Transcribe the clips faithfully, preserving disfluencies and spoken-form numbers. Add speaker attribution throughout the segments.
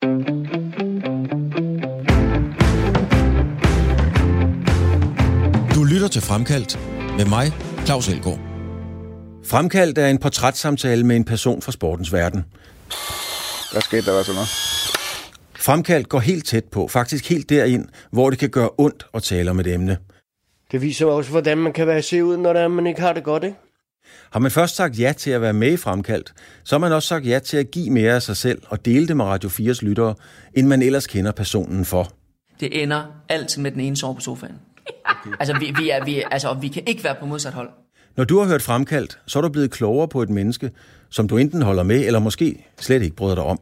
Speaker 1: Du lytter til Fremkaldt med mig, Claus Elgaard. Fremkaldt er en portrætsamtale med en person fra sportens verden.
Speaker 2: Hvad skete der, sådan noget?
Speaker 1: Fremkaldt går helt tæt på, faktisk helt derind, hvor det kan gøre ondt at tale om et emne.
Speaker 3: Det viser også, hvordan man kan være se ud, når der, man ikke har det godt, ikke?
Speaker 1: Har man først sagt ja til at være med i Fremkaldt, så har man også sagt ja til at give mere af sig selv og dele det med Radio fires lyttere, end man ellers kender personen for.
Speaker 4: Det ender altid med den ene sove på sofaen. Okay. Altså, vi, vi, er, vi, altså, vi kan ikke være på modsat hold.
Speaker 1: Når du har hørt Fremkaldt, så er du blevet klogere på et menneske, som du enten holder med, eller måske slet ikke bryder dig om.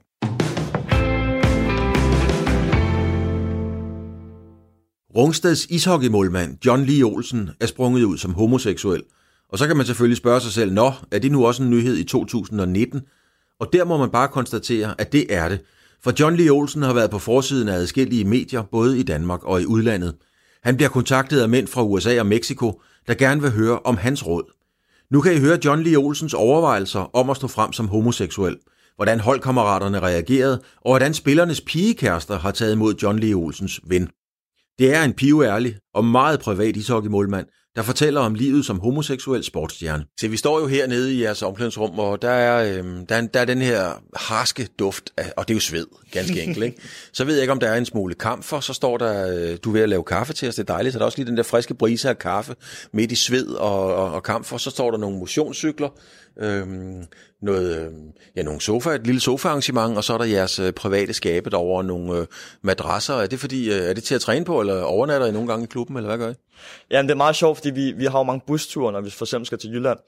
Speaker 1: Rungsteds ishockeymålmand John Lee Olsen er sprunget ud som homoseksuel. Og så kan man selvfølgelig spørge sig selv, nå, er det nu også en nyhed i to tusind nitten? Og der må man bare konstatere, at det er det. For John Lee Olsen har været på forsiden af adskillige medier, både i Danmark og i udlandet. Han bliver kontaktet af mænd fra U S A og Mexico, der gerne vil høre om hans råd. Nu kan I høre John Lee Olsens overvejelser om at stå frem som homoseksuel, hvordan holdkammeraterne reagerede, og hvordan spillernes pigekærester har taget imod John Lee Olsens ven. Det er en piværlig og meget privat ishockeymålmand, der fortæller om livet som homoseksuel sportsstjerne. Så vi står jo hernede i jeres omklædningsrum, og der er, øhm, der, er, der er den her harske duft, af, og det er jo sved, ganske enkelt, ikke? Så ved jeg ikke, om der er en smule kamfer, så står der, øh, du er ved at lave kaffe til os, det er dejligt, så der er også lige den der friske brise af kaffe midt i sved og, og, og kamfer, så står der nogle motionscykler, øhm, noget, øh, ja, nogle sofa, et lille sofaarrangement, og så er der jeres øh, private skabe derovre, nogle øh, madrasser. Er det fordi, øh, er det til at træne på, eller overnatter I nogle gange i klubben, eller hvad gør I?
Speaker 5: Jamen, det er meget sjovt, fordi vi, vi har jo mange busture, når vi for eksempel skal til Jylland.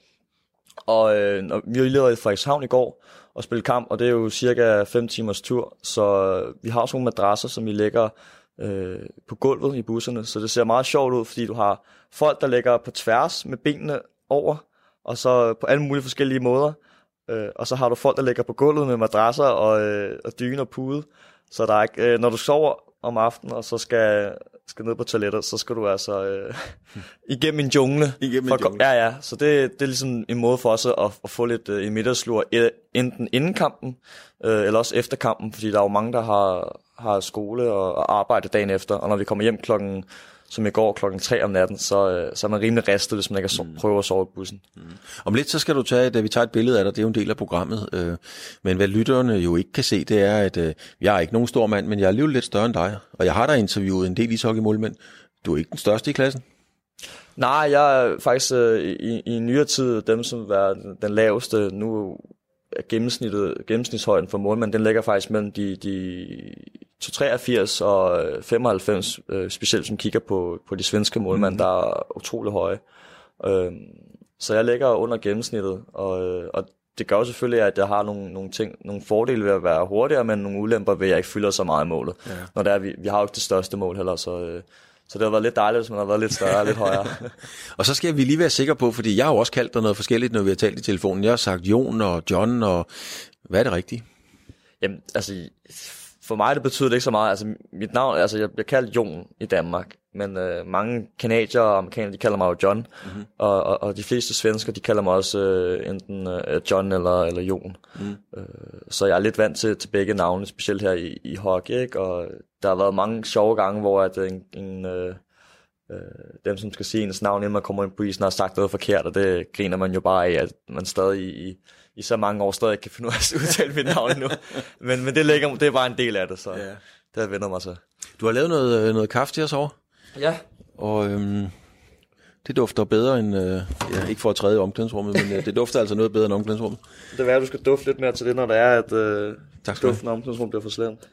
Speaker 5: Og øh, når, vi har jo lige i Frederikshavn i går og spillet kamp, og det er jo cirka fem timers tur. Så vi har også nogle madrasser, som vi lægger øh, på gulvet i busserne. Så det ser meget sjovt ud, fordi du har folk, der ligger på tværs med benene over, og så på alle mulige forskellige måder. Øh, og så har du folk, der ligger på gulvet med madrasser og, øh, og dyne og pude. Så der er ikke, øh, når du sover om aftenen, og så skal... skal ned på toilettet, så skal du altså øh, igennem en jungle.
Speaker 2: Igennem en jungle.
Speaker 5: Ja, ja. Så det, det er ligesom en måde for os at, at få lidt øh, en middagslur, enten inden kampen, øh, eller også efter kampen, fordi der er jo mange, der har, har skole og, og arbejde dagen efter, og når vi kommer hjem klokken, som i går, klokken tre om natten, så, øh, så er man rimelig ristet, hvis man ikke kan mm. prøve at sove i bussen. Mm.
Speaker 1: Om lidt, så skal du tage, da vi tager et billede af dig, det er jo en del af programmet, øh, men hvad lytterne jo ikke kan se, det er, at øh, jeg er ikke nogen stor mand, men jeg er alligevel lidt større end dig, og jeg har da interviewet en del ishockeymålmænd. Du er ikke den største i klassen?
Speaker 5: Nej, jeg er faktisk øh, i, i nyere tid dem, som er den laveste. Nu er gennemsnittet, gennemsnitshøjden for målmænd, den ligger faktisk mellem de, de to treogfirs og femoghalvfems, øh, specielt som kigger på, på de svenske målmænd, mm. der er utrolig høje. Øh, så jeg ligger under gennemsnittet, og, og det gør jo selvfølgelig, at jeg har nogle, nogle, ting, nogle fordele ved at være hurtigere, men nogle ulemper ved, at jeg ikke fylder så meget i målet. Ja. Når det er, vi, vi har jo ikke det største mål heller, så... Øh, Så det har været lidt dejligt, hvis man har været lidt større og lidt højere.
Speaker 1: Og så skal vi lige være sikre på, fordi jeg har jo også kaldt dig noget forskelligt, når vi har talt i telefonen. Jeg har sagt Jon og John, og hvad er det rigtige?
Speaker 5: Jamen, altså, for mig det betyder det ikke så meget. Altså, mit navn, altså, jeg bliver kaldt Jon i Danmark, men øh, mange kanadier og amerikanere, de kalder mig jo John, mm-hmm. og, og, og de fleste svensker, de kalder mig også øh, enten øh, John eller, eller Jon. Mm. Øh, så jeg er lidt vant til, til begge navne, specielt her i, i hockey, ikke? Og der har været mange sjove gange, hvor at en, en, øh, øh, dem, som skal sige ens navn, inden man kommer ind på isen, har sagt noget forkert, og det griner man jo bare af, at man stadig i, i, i så mange år stadig kan finde ud af at udtale mit navn endnu. Men, men det, ligger, det er bare en del af det, så ja. Det har vendt mig så.
Speaker 1: Du har lavet noget, noget kaffe til os over?
Speaker 5: Ja.
Speaker 1: Og øhm, det dufter bedre end, øh, ja, ikke for at træde i omklædningsrummet, men øh, det dufter altså noget bedre end omklædningsrummet.
Speaker 5: Det er at du skal dufte lidt mere til det, når det er, at øh, duften af omklædningsrummet bliver for slemt.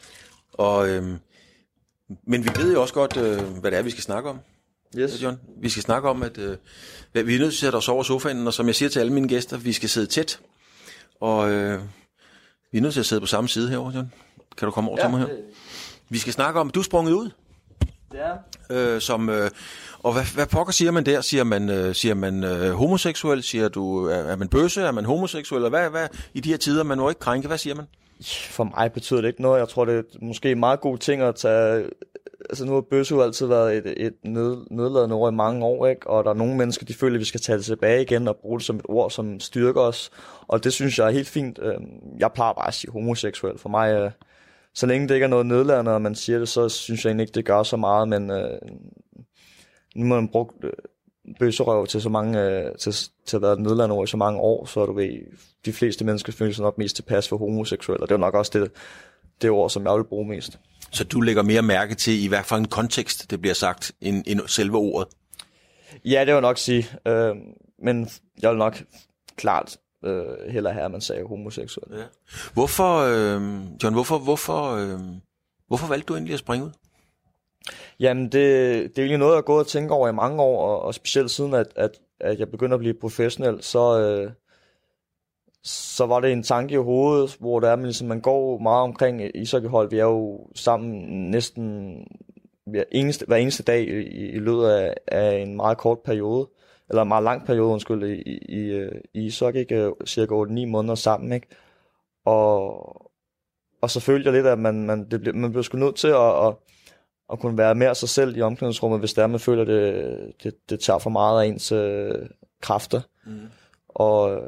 Speaker 1: Og, øhm, men vi ved jo også godt, øh, hvad det er, vi skal snakke om.
Speaker 5: Yes.
Speaker 1: John. Vi skal snakke om, at øh, vi er nødt til at sætte os over sofaen, og som jeg siger til alle mine gæster, vi skal sidde tæt. Og øh, vi er nødt til at sidde på samme side herovre, John. Kan du komme over ja, til mig her? Det... Vi skal snakke om, du er sprunget ud.
Speaker 5: Ja.
Speaker 1: Øh, som, øh, og hvad, hvad pokker siger man der? Siger man, øh, siger man øh, homoseksuel? Siger du, er, er man bøsse? Er man homoseksuel? Eller hvad, hvad i de her tider? Man må ikke krænke. Hvad siger man?
Speaker 5: For mig betyder det ikke noget. Jeg tror, det er måske en meget god ting at tage... Altså nu har bøsse jo altid været et, et ned, nedladende ord i mange år, ikke? Og der er nogle mennesker, de føler, at vi skal tage det tilbage igen og bruge det som et ord, som styrker os. Og det synes jeg er helt fint. Jeg plejer bare at sige homoseksuel. For mig, så længe det ikke er noget nedladende, og man siger det, så synes jeg egentlig ikke, det gør så meget, men øh, nu må man bruge øh, bøsserøv til så mange, øh, til, til at være nedladende over i så mange år, så er du ved, de fleste mennesker føler sig nok mest tilpas for homoseksuelle, og det er nok også det, det ord, som jeg vil bruge mest.
Speaker 1: Så du lægger mere mærke til, i hvert fald en kontekst, det bliver sagt, end, end selve ordet?
Speaker 5: Ja, det vil jeg nok sige, øh, men jeg vil nok klart øh, hellere have, at man sagde homoseksuel.
Speaker 1: Ja. Hvorfor, øh, John, hvorfor, hvorfor, øh, hvorfor valgte du endelig at springe ud?
Speaker 5: Jamen, det, det er egentlig noget, jeg har gået og tænkt over i mange år, og, og specielt siden, at, at, at jeg begynder at blive professionel, så, øh, så var det en tanke i hovedet, hvor det er, man, ligesom, man går meget omkring ishockeyhold. Vi er jo sammen næsten hver eneste, hver eneste dag i, i løbet af, af en meget kort periode, eller en meget lang periode, undskyld, i, i, i ishockey, ikke? Cirka otte ni måneder sammen, ikke? Og, og så følte jeg lidt, at man, man, det ble, man blev sgu nødt til at, at, at kunne være mere sig selv i omklædningsrummet, hvis det er, man føler, at det, det, det tager for meget af ens øh, kræfter. Mm. Og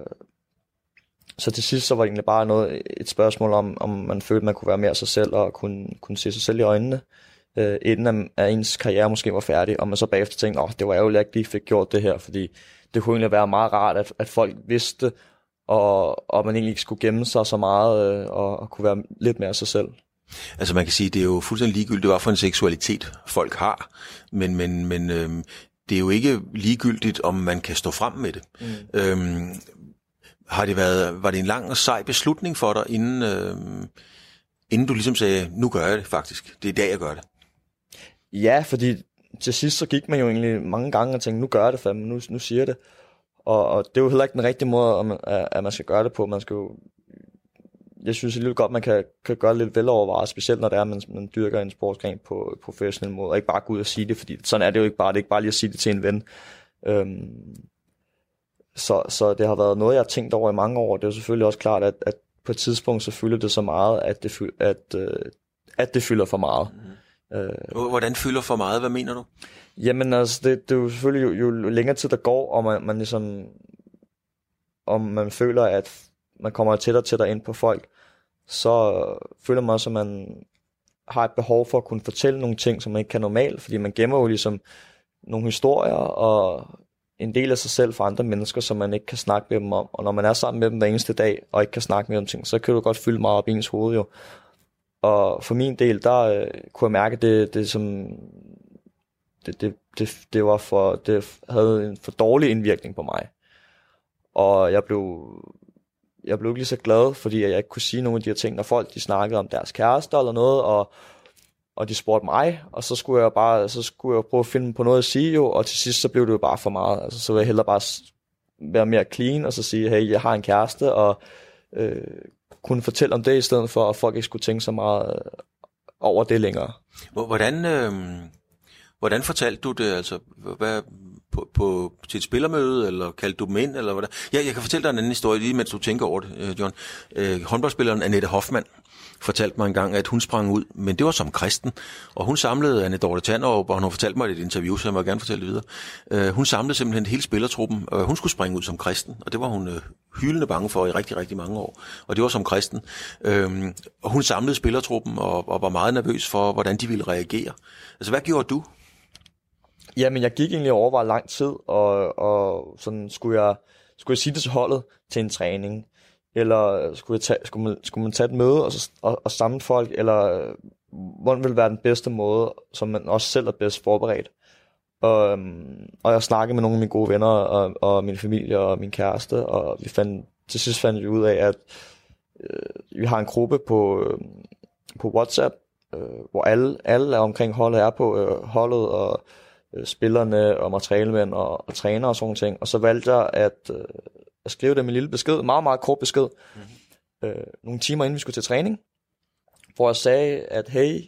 Speaker 5: så til sidst så var det egentlig bare noget, et spørgsmål om, om man følte, at man kunne være mere sig selv og kunne, kunne se sig selv i øjnene, øh, inden at ens karriere måske var færdig, og man så bagefter tænkte, åh, oh, det var ærgerligt, at jeg ikke lige fik gjort det her, fordi det kunne egentlig være meget rart, at, at folk vidste, og, og man egentlig ikke skulle gemme sig så meget, øh, og, og kunne være lidt mere sig selv.
Speaker 1: Altså man kan sige, det er jo fuldstændig ligegyldigt, hvad for en seksualitet folk har, men, men, men øhm, det er jo ikke ligegyldigt, om man kan stå frem med det. Mm. Øhm, har det været, var det en lang og sej beslutning for dig, inden, øhm, inden du ligesom sagde, nu gør jeg det faktisk, det er i dag, jeg gør det?
Speaker 5: Ja, fordi til sidst så gik man jo egentlig mange gange og tænkte, nu gør jeg det fandme, nu, nu siger jeg det. Og, og det er jo heller ikke den rigtige måde, at, at man skal gøre det på. Man skal jo, jeg synes lidt godt, man kan, kan gøre lidt velovervejet, specielt når det er, at man, man dyrker en sportsgren på professionel måde, og ikke bare gå ud og sige det, fordi sådan er det jo ikke bare, det er ikke bare lige at sige det til en ven. Øhm, så, så det har været noget, jeg har tænkt over i mange år, og det er jo selvfølgelig også klart, at, at på et tidspunkt så fylder det så meget, at det, at, at det fylder for meget. Mm. Øh,
Speaker 1: Hvordan fylder for meget? Hvad mener du?
Speaker 5: Jamen altså, det, det er jo selvfølgelig jo, jo længere tid der går, og man, man ligesom, om man føler, at man kommer tættere og tættere ind på folk, så føler man også, at man har et behov for at kunne fortælle nogle ting, som man ikke kan normalt, fordi man gemmer jo ligesom nogle historier og en del af sig selv for andre mennesker, som man ikke kan snakke med dem om. Og når man er sammen med dem hver eneste dag, og ikke kan snakke med dem ting, så kan du godt fylde meget op i ens hoved jo. Og for min del, der øh, kunne jeg mærke, at det, det som det, det, det, det var for, det havde en for dårlig indvirkning på mig. Og jeg blev jeg blev ikke lige så glad, fordi jeg ikke kunne sige nogle af de her ting, når folk de snakkede om deres kærester eller noget, og, og de spurgte mig, og så skulle jeg bare, så skulle jeg prøve at finde på noget at sige jo, og til sidst så blev det jo bare for meget. Altså, så ville jeg hellere bare være mere clean, og så sige, hey, jeg har en kæreste, og øh, kunne fortælle om det, i stedet for, at folk ikke skulle tænke så meget over det længere.
Speaker 1: Hvordan, øh, hvordan fortalte du det, altså, hvad... På, på, til et spillermøde, eller kaldte du dem ind, eller hvad der? Ja, jeg kan fortælle dig en anden historie, lige mens du tænker over det, John. Øh, håndboldspilleren Annette Hoffmann fortalte mig engang, at hun sprang ud, men det var som kristen, og hun samlede Anne Dorte Tanderup, og hun har fortalt mig i et interview, så jeg må gerne fortælle det videre. Øh, hun samlede simpelthen hele spillertruppen, og hun skulle springe ud som kristen, og det var hun øh, hyldende bange for i rigtig, rigtig mange år, og det var som kristen. Øh, og hun samlede spillertruppen, og, og var meget nervøs for, hvordan de ville reagere. Altså, hvad gjorde du?
Speaker 5: Jamen, jeg gik egentlig over lang tid, og, og sådan skulle jeg, skulle jeg sige det til holdet til en træning, eller skulle, jeg tage, skulle, man, skulle man tage et møde og, og, og samle folk, eller hvordan ville være den bedste måde, som man også selv er bedst forberedt. Og, og jeg snakkede med nogle af mine gode venner, og, og min familie og min kæreste, og vi fandt, til sidst fandt vi ud af, at øh, vi har en gruppe på, øh, på WhatsApp, øh, hvor alle, alle er omkring holdet er på øh, holdet, og spillerne og materialemænd og, og træner og sådan ting. Og så valgte jeg at, øh, at skrive dem en lille besked, meget, meget kort besked, mm-hmm. øh, nogle timer inden vi skulle til træning, hvor jeg sagde, at hey,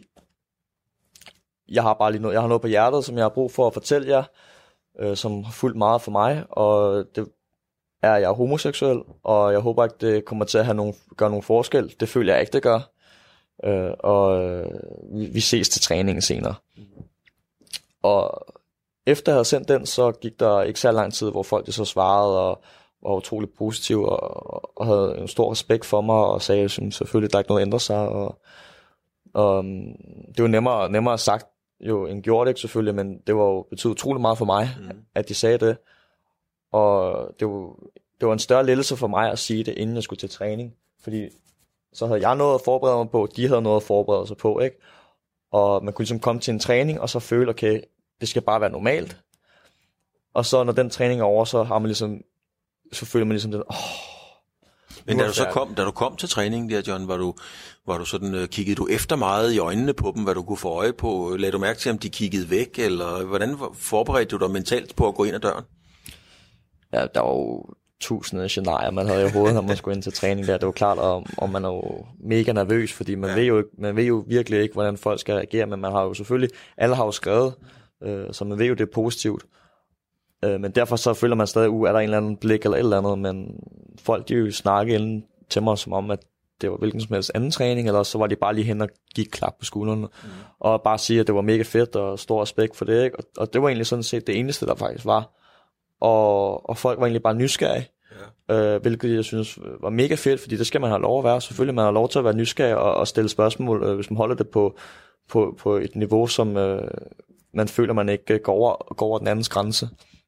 Speaker 5: jeg har bare lige noget, jeg har noget på hjertet, som jeg har brug for at fortælle jer, øh, som har fulgt meget for mig, og det er, jeg er homoseksuel, og jeg håber ikke, det kommer til at have nogle, gøre nogle forskel. Det føler jeg ikke, det gør. Øh, og øh, vi, vi ses til træningen senere. Mm-hmm. Og efter jeg havde sendt den, så gik der ikke så lang tid, hvor folk så svarede og var utrolig positive og, og havde en stor respekt for mig og sagde, at selvfølgelig der er ikke noget at ændre sig. Og, Og um, det var nemmere, nemmere sagt jo end gjort, ikke selvfølgelig, men det var jo betydet utrolig meget for mig, mm. at de sagde det. Og det var, det var en større lettelse for mig at sige det, inden jeg skulle til træning. Fordi så havde jeg noget at forberede mig på, de havde noget at forberede sig på, ikke? Og man kunne ligesom komme til en træning, og så føle, okay, det skal bare være normalt. Og så når den træning er over, så har man ligesom, så føler man ligesom den, åh.
Speaker 1: Men da du så kom, da du kom til træningen der, John, var du, var du sådan, uh, kiggede du efter meget i øjnene på dem, hvad du kunne få øje på? Lagde du mærke til, om de kiggede væk, eller hvordan forberedte du dig mentalt på at gå ind ad døren?
Speaker 5: Ja, der var jo tusinde scenarier, man havde i hovedet, når man skulle ind til træning der. Det var klart, om, om man er jo mega nervøs, fordi man, ja. ved jo ikke, man ved jo virkelig ikke, hvordan folk skal reagere, men man har jo selvfølgelig, alle har jo skrevet, øh, så man ved jo, det er positivt. Øh, men derfor så føler man stadig, uh, er der en eller anden blik eller et eller andet, men folk, de jo snakke inden til mig, som om, at det var hvilken som helst anden træning, eller så var de bare lige hen og gik klap på skuldrene, mm. og bare sige, at det var mega fedt, og stor respekt for det, ikke? Og, og det var egentlig sådan set det eneste, der faktisk var. Og, og folk var egentlig bare nysgerrige, ja. øh, hvilket jeg synes var mega fedt, fordi det skal man have lov at være. Selvfølgelig man har lov til at være nysgerrig og, og stille spørgsmål, øh, hvis man holder det på, på, på et niveau, som øh, man føler, man ikke går over, går over den andens grænse.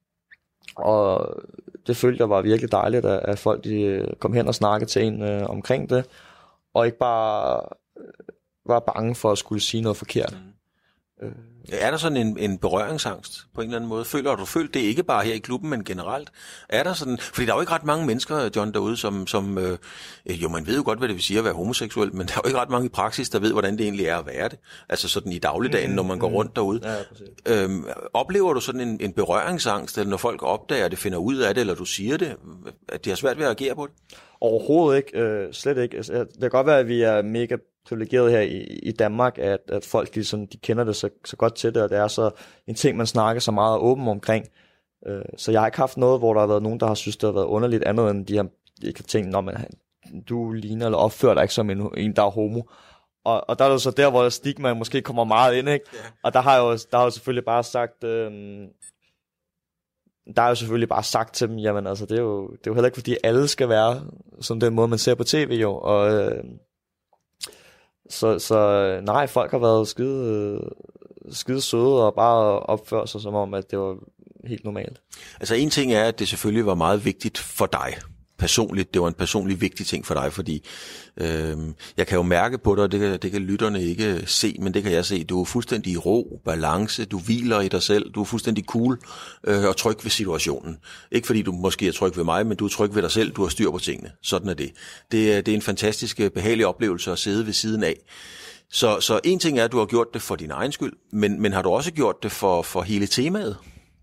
Speaker 5: Og det følte jeg var virkelig dejligt, at, at folk de kom hen og snakkede til en øh, omkring det, og ikke bare var bange for at skulle sige noget forkert. Mm. Øh.
Speaker 1: Er der sådan en, en berøringsangst på en eller anden måde? Føler du følt det ikke bare her i klubben, men generelt? Er der sådan, fordi der er jo ikke ret mange mennesker, John, derude, som, som øh, jo, man ved jo godt, hvad det vil sige at være homoseksuel, men der er jo ikke ret mange i praksis, der ved, hvordan det egentlig er at være det. Altså sådan i dagligdagen, mm, når man går rundt derude. Ja, øhm, oplever du sådan en, en berøringsangst, eller når folk opdager det, finder ud af det, eller du siger det, at de har svært ved at agere på det?
Speaker 5: Overhovedet ikke. Øh, slet ikke. Det kan godt være, at vi er mega privilegeret her i, i Danmark, at, at folk ligesom, de kender det så, så godt til det, og det er så en ting, man snakker så meget åben omkring. Øh, så jeg har ikke haft noget, hvor der har været nogen, der har synes, det har været underligt andet, end de har ikke tænkt, når man, du ligner eller opfører dig ikke som en, en der er homo. Og, og der er det så der, hvor stigma måske kommer meget ind, ikke? Yeah. Og der har jeg jo, der har jeg jo selvfølgelig bare sagt, øh, der er jo selvfølgelig bare sagt til dem, jamen altså, det er jo, det er jo heller ikke, fordi alle skal være som den måde, man ser på tv jo, og øh, Så, så nej, folk har været skide, skide søde og bare opført sig som om, at det var helt normalt.
Speaker 1: Altså en ting er, at det selvfølgelig var meget vigtigt for dig personligt. Det var en personlig vigtig ting for dig, fordi øh, jeg kan jo mærke på dig, og det kan, det kan lytterne ikke se, men det kan jeg se. Du er fuldstændig i ro, balance, du hviler i dig selv, du er fuldstændig cool øh, og tryg ved situationen. Ikke fordi du måske er tryg ved mig, men du er tryg ved dig selv, du har styr på tingene. Sådan er det. Det er, det er en fantastisk behagelig oplevelse at sidde ved siden af. Så, så en ting er, at du har gjort det for din egen skyld, men, men har du også gjort det for, for hele temaet?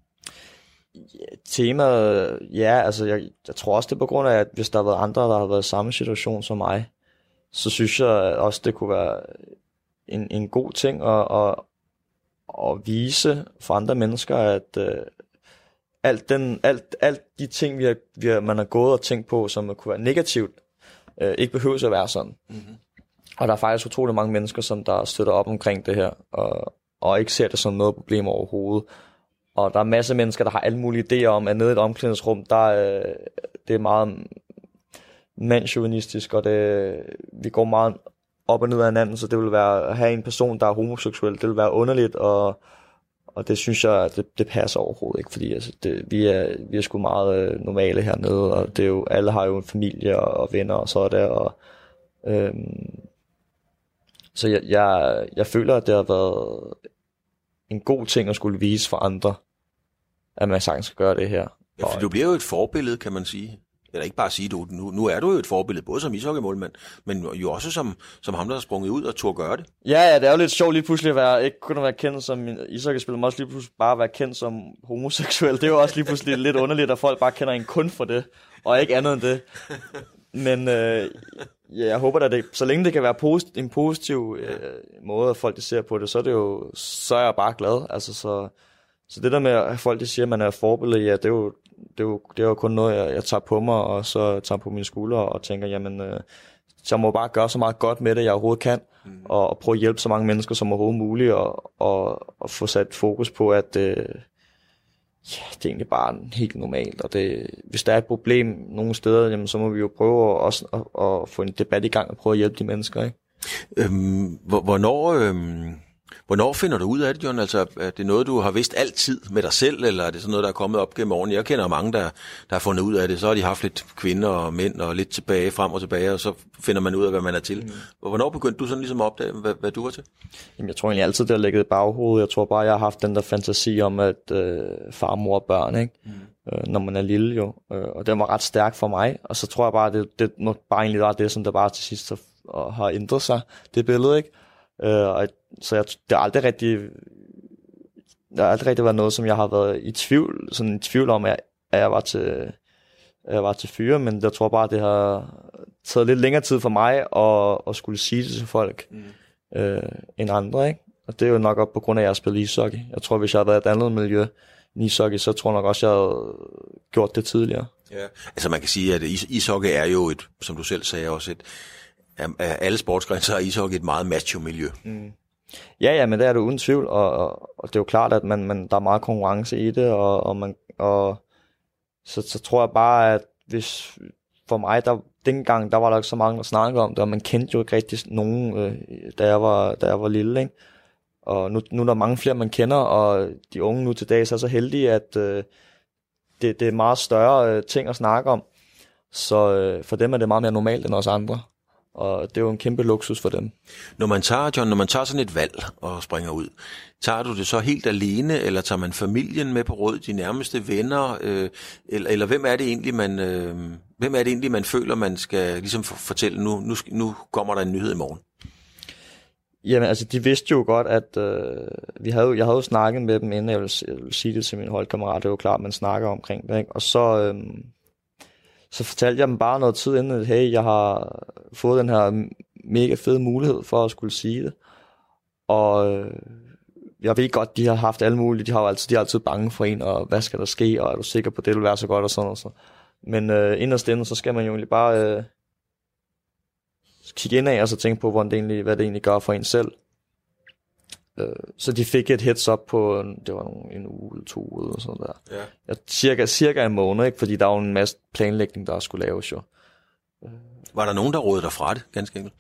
Speaker 5: Ja, temaet, ja, altså jeg, jeg tror også det er på grund af, at hvis der har været andre, der har været i samme situation som mig, så synes jeg også, det kunne være en, en god ting at, at, at vise for andre mennesker, at uh, alt, den, alt, alt de ting, vi har, vi har, man har gået og tænkt på, som kunne være negativt, uh, ikke behøver at være sådan. Mm-hmm. Og der er faktisk utrolig mange mennesker, som der støtter op omkring det her, og, og ikke ser det som noget problem overhovedet. Og der er masser af mennesker, der har alle mulige idéer om, at nede i et omklædningsrum, der øh, det er meget mandsjuvenistisk, og det, vi går meget op og ned af hinanden, så det vil være at have en person, der er homoseksuel, det vil være underligt, og, og det synes jeg, det, det passer overhovedet ikke, fordi altså, det, vi, er, vi er sgu meget øh, normale hernede, og det er jo, alle har jo en familie og, og venner og så der, og øhm, så jeg, jeg, jeg føler, at det har været en god ting at skulle vise for andre, at man sagtens skal gøre det her.
Speaker 1: Ja, for du bliver jo et forbillede, kan man sige. Eller ikke bare sige, du nu, nu er du jo et forbillede, både som ishockeymålmand, men jo også som, som ham, der har sprunget ud og turde gøre det.
Speaker 5: Ja, ja, det er jo lidt sjovt lige pludselig at være, ikke kun at være kendt som ishockeyspiller, men også lige pludselig bare at være kendt som homoseksuel. Det er jo også lige pludselig lidt underligt, at folk bare kender en kun for det, og ikke andet end det. Men øh, ja, jeg håber, at det, så længe det kan være posit- en positiv øh, måde, at folk de ser på det, så er det jo, så er jeg bare glad. Altså, så, så det der med, at folk de siger, at man er forbillede, ja, det er jo, det er jo, det er jo kun noget, jeg, jeg tager på mig, og så tager på mine skuldre og tænker, jamen, øh, så må jeg bare gøre så meget godt med det, jeg overhovedet kan, mm. og, og prøve at hjælpe så mange mennesker som overhovedet muligt, og, og, og få sat fokus på, at øh, ja, det er egentlig bare helt normalt, og det, hvis der er et problem nogle steder, jamen, så må vi jo prøve også at, at få en debat i gang og prøve at hjælpe de mennesker, ikke?
Speaker 1: Øhm, hvornår, øhm, hvornår finder du ud af det, John? Altså, er det noget, du har vidst altid med dig selv, eller er det sådan noget, der er kommet op gennem årene? Jeg kender mange, der, der har fundet ud af det. Så har de haft lidt kvinder og mænd og lidt tilbage, frem og tilbage, og så finder man ud af, hvad man er til. Mm. Hvornår begyndte du sådan ligesom at opdage, hvad, hvad du var til?
Speaker 5: Jamen, jeg tror egentlig altid, det har ligget i baghovedet. Jeg tror bare, jeg har haft den der fantasi om, at øh, far, mor og børn, ikke? Mm. Øh, når man er lille jo. Øh, og det var ret stærk for mig. Og så tror jeg bare, det, det nok bare egentlig var det, som der bare til sidst har, har ændret sig, det billede, ikke? Øh, og, så jeg, det har aldrig rigtig, der har aldrig rigtig været noget, som jeg har været i tvivl, sådan i tvivl om, at, at jeg var til, at jeg var til fyre, men jeg tror bare, det har taget lidt længere tid for mig at, at skulle sige det til folk, mm. øh, end andre, ikke? Og det er jo nok op på grund af, at jeg har spillet ishockey. Jeg tror, hvis jeg havde været et andet miljø end ishockey, så tror jeg nok også, at jeg havde gjort det tidligere.
Speaker 1: Ja, altså man kan sige, at is- ishockey er jo et, som du selv sagde, også et, af alle sportsgrænser er ishockey et meget macho-miljø. Mm.
Speaker 5: Ja, ja, men det er det uden tvivl, og, og, og det er jo klart, at man, man, der er meget konkurrence i det, og, og, man, og så, så tror jeg bare, at hvis for mig, der, dengang, der var der ikke så mange, der snakkede om det, og man kendte jo ikke rigtig nogen, øh, da, jeg var, da jeg var lille, ikke? Og nu, nu er der mange flere, man kender, og de unge nu til dags er så heldige, at øh, det, det er meget større øh, ting at snakke om, så øh, for dem er det meget mere normalt end os andre. Og det er jo en kæmpe luksus for dem.
Speaker 1: Når man tager, John, når man tager sådan et valg og springer ud, tager du det så helt alene, eller tager man familien med på råd, de nærmeste venner, øh, eller, eller hvem er det egentlig, man, øh, hvem er det egentlig, man føler, man skal ligesom fortælle, nu, nu, nu kommer der en nyhed i morgen?
Speaker 5: Jamen, altså, de vidste jo godt, at øh, vi havde, jeg havde jo snakket med dem, inden jeg ville, jeg ville sige det til min holdkammerat. Det er jo klart, man snakker omkring det, ikke? Og så... Øh, Så fortalte jeg dem bare noget tid inden, at hey, jeg har fået den her mega fede mulighed for at skulle sige det. Og øh, jeg ved godt, de har haft alle mulige, de har jo altid, de er altid bange for en, og hvad skal der ske, og er du sikker på, at det vil være så godt, og sådan og sådan. Men øh, inderst inde, så skal man jo egentlig bare øh, kigge ind af, og så tænke på, hvordan det egentlig, hvad det egentlig gør for en selv. Øh, så de fik et heads up på, det var en, en uge eller to uger, og sådan der. Ja. Jeg, cirka, cirka en måned, ikke? Fordi der var en masse planlægning, der skulle laves jo.
Speaker 1: Var der nogen, der rådede dig fra det, ganske enkelt?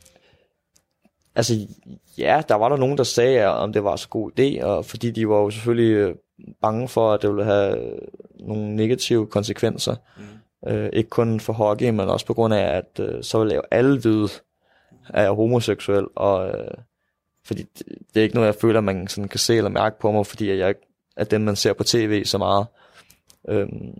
Speaker 5: Altså, ja, der var der nogen, der sagde, om det var så god idé, og fordi de var jo selvfølgelig bange for, at det ville have nogle negative konsekvenser. Mm. Øh, ikke kun for hockey, men også på grund af, at øh, så ville jeg jo alle vide, at jeg er homoseksuel, og... Øh, fordi det, det er ikke noget, jeg føler, man sådan kan se eller mærke på mig, fordi jeg ikke er dem, man ser på tv så meget. Øhm,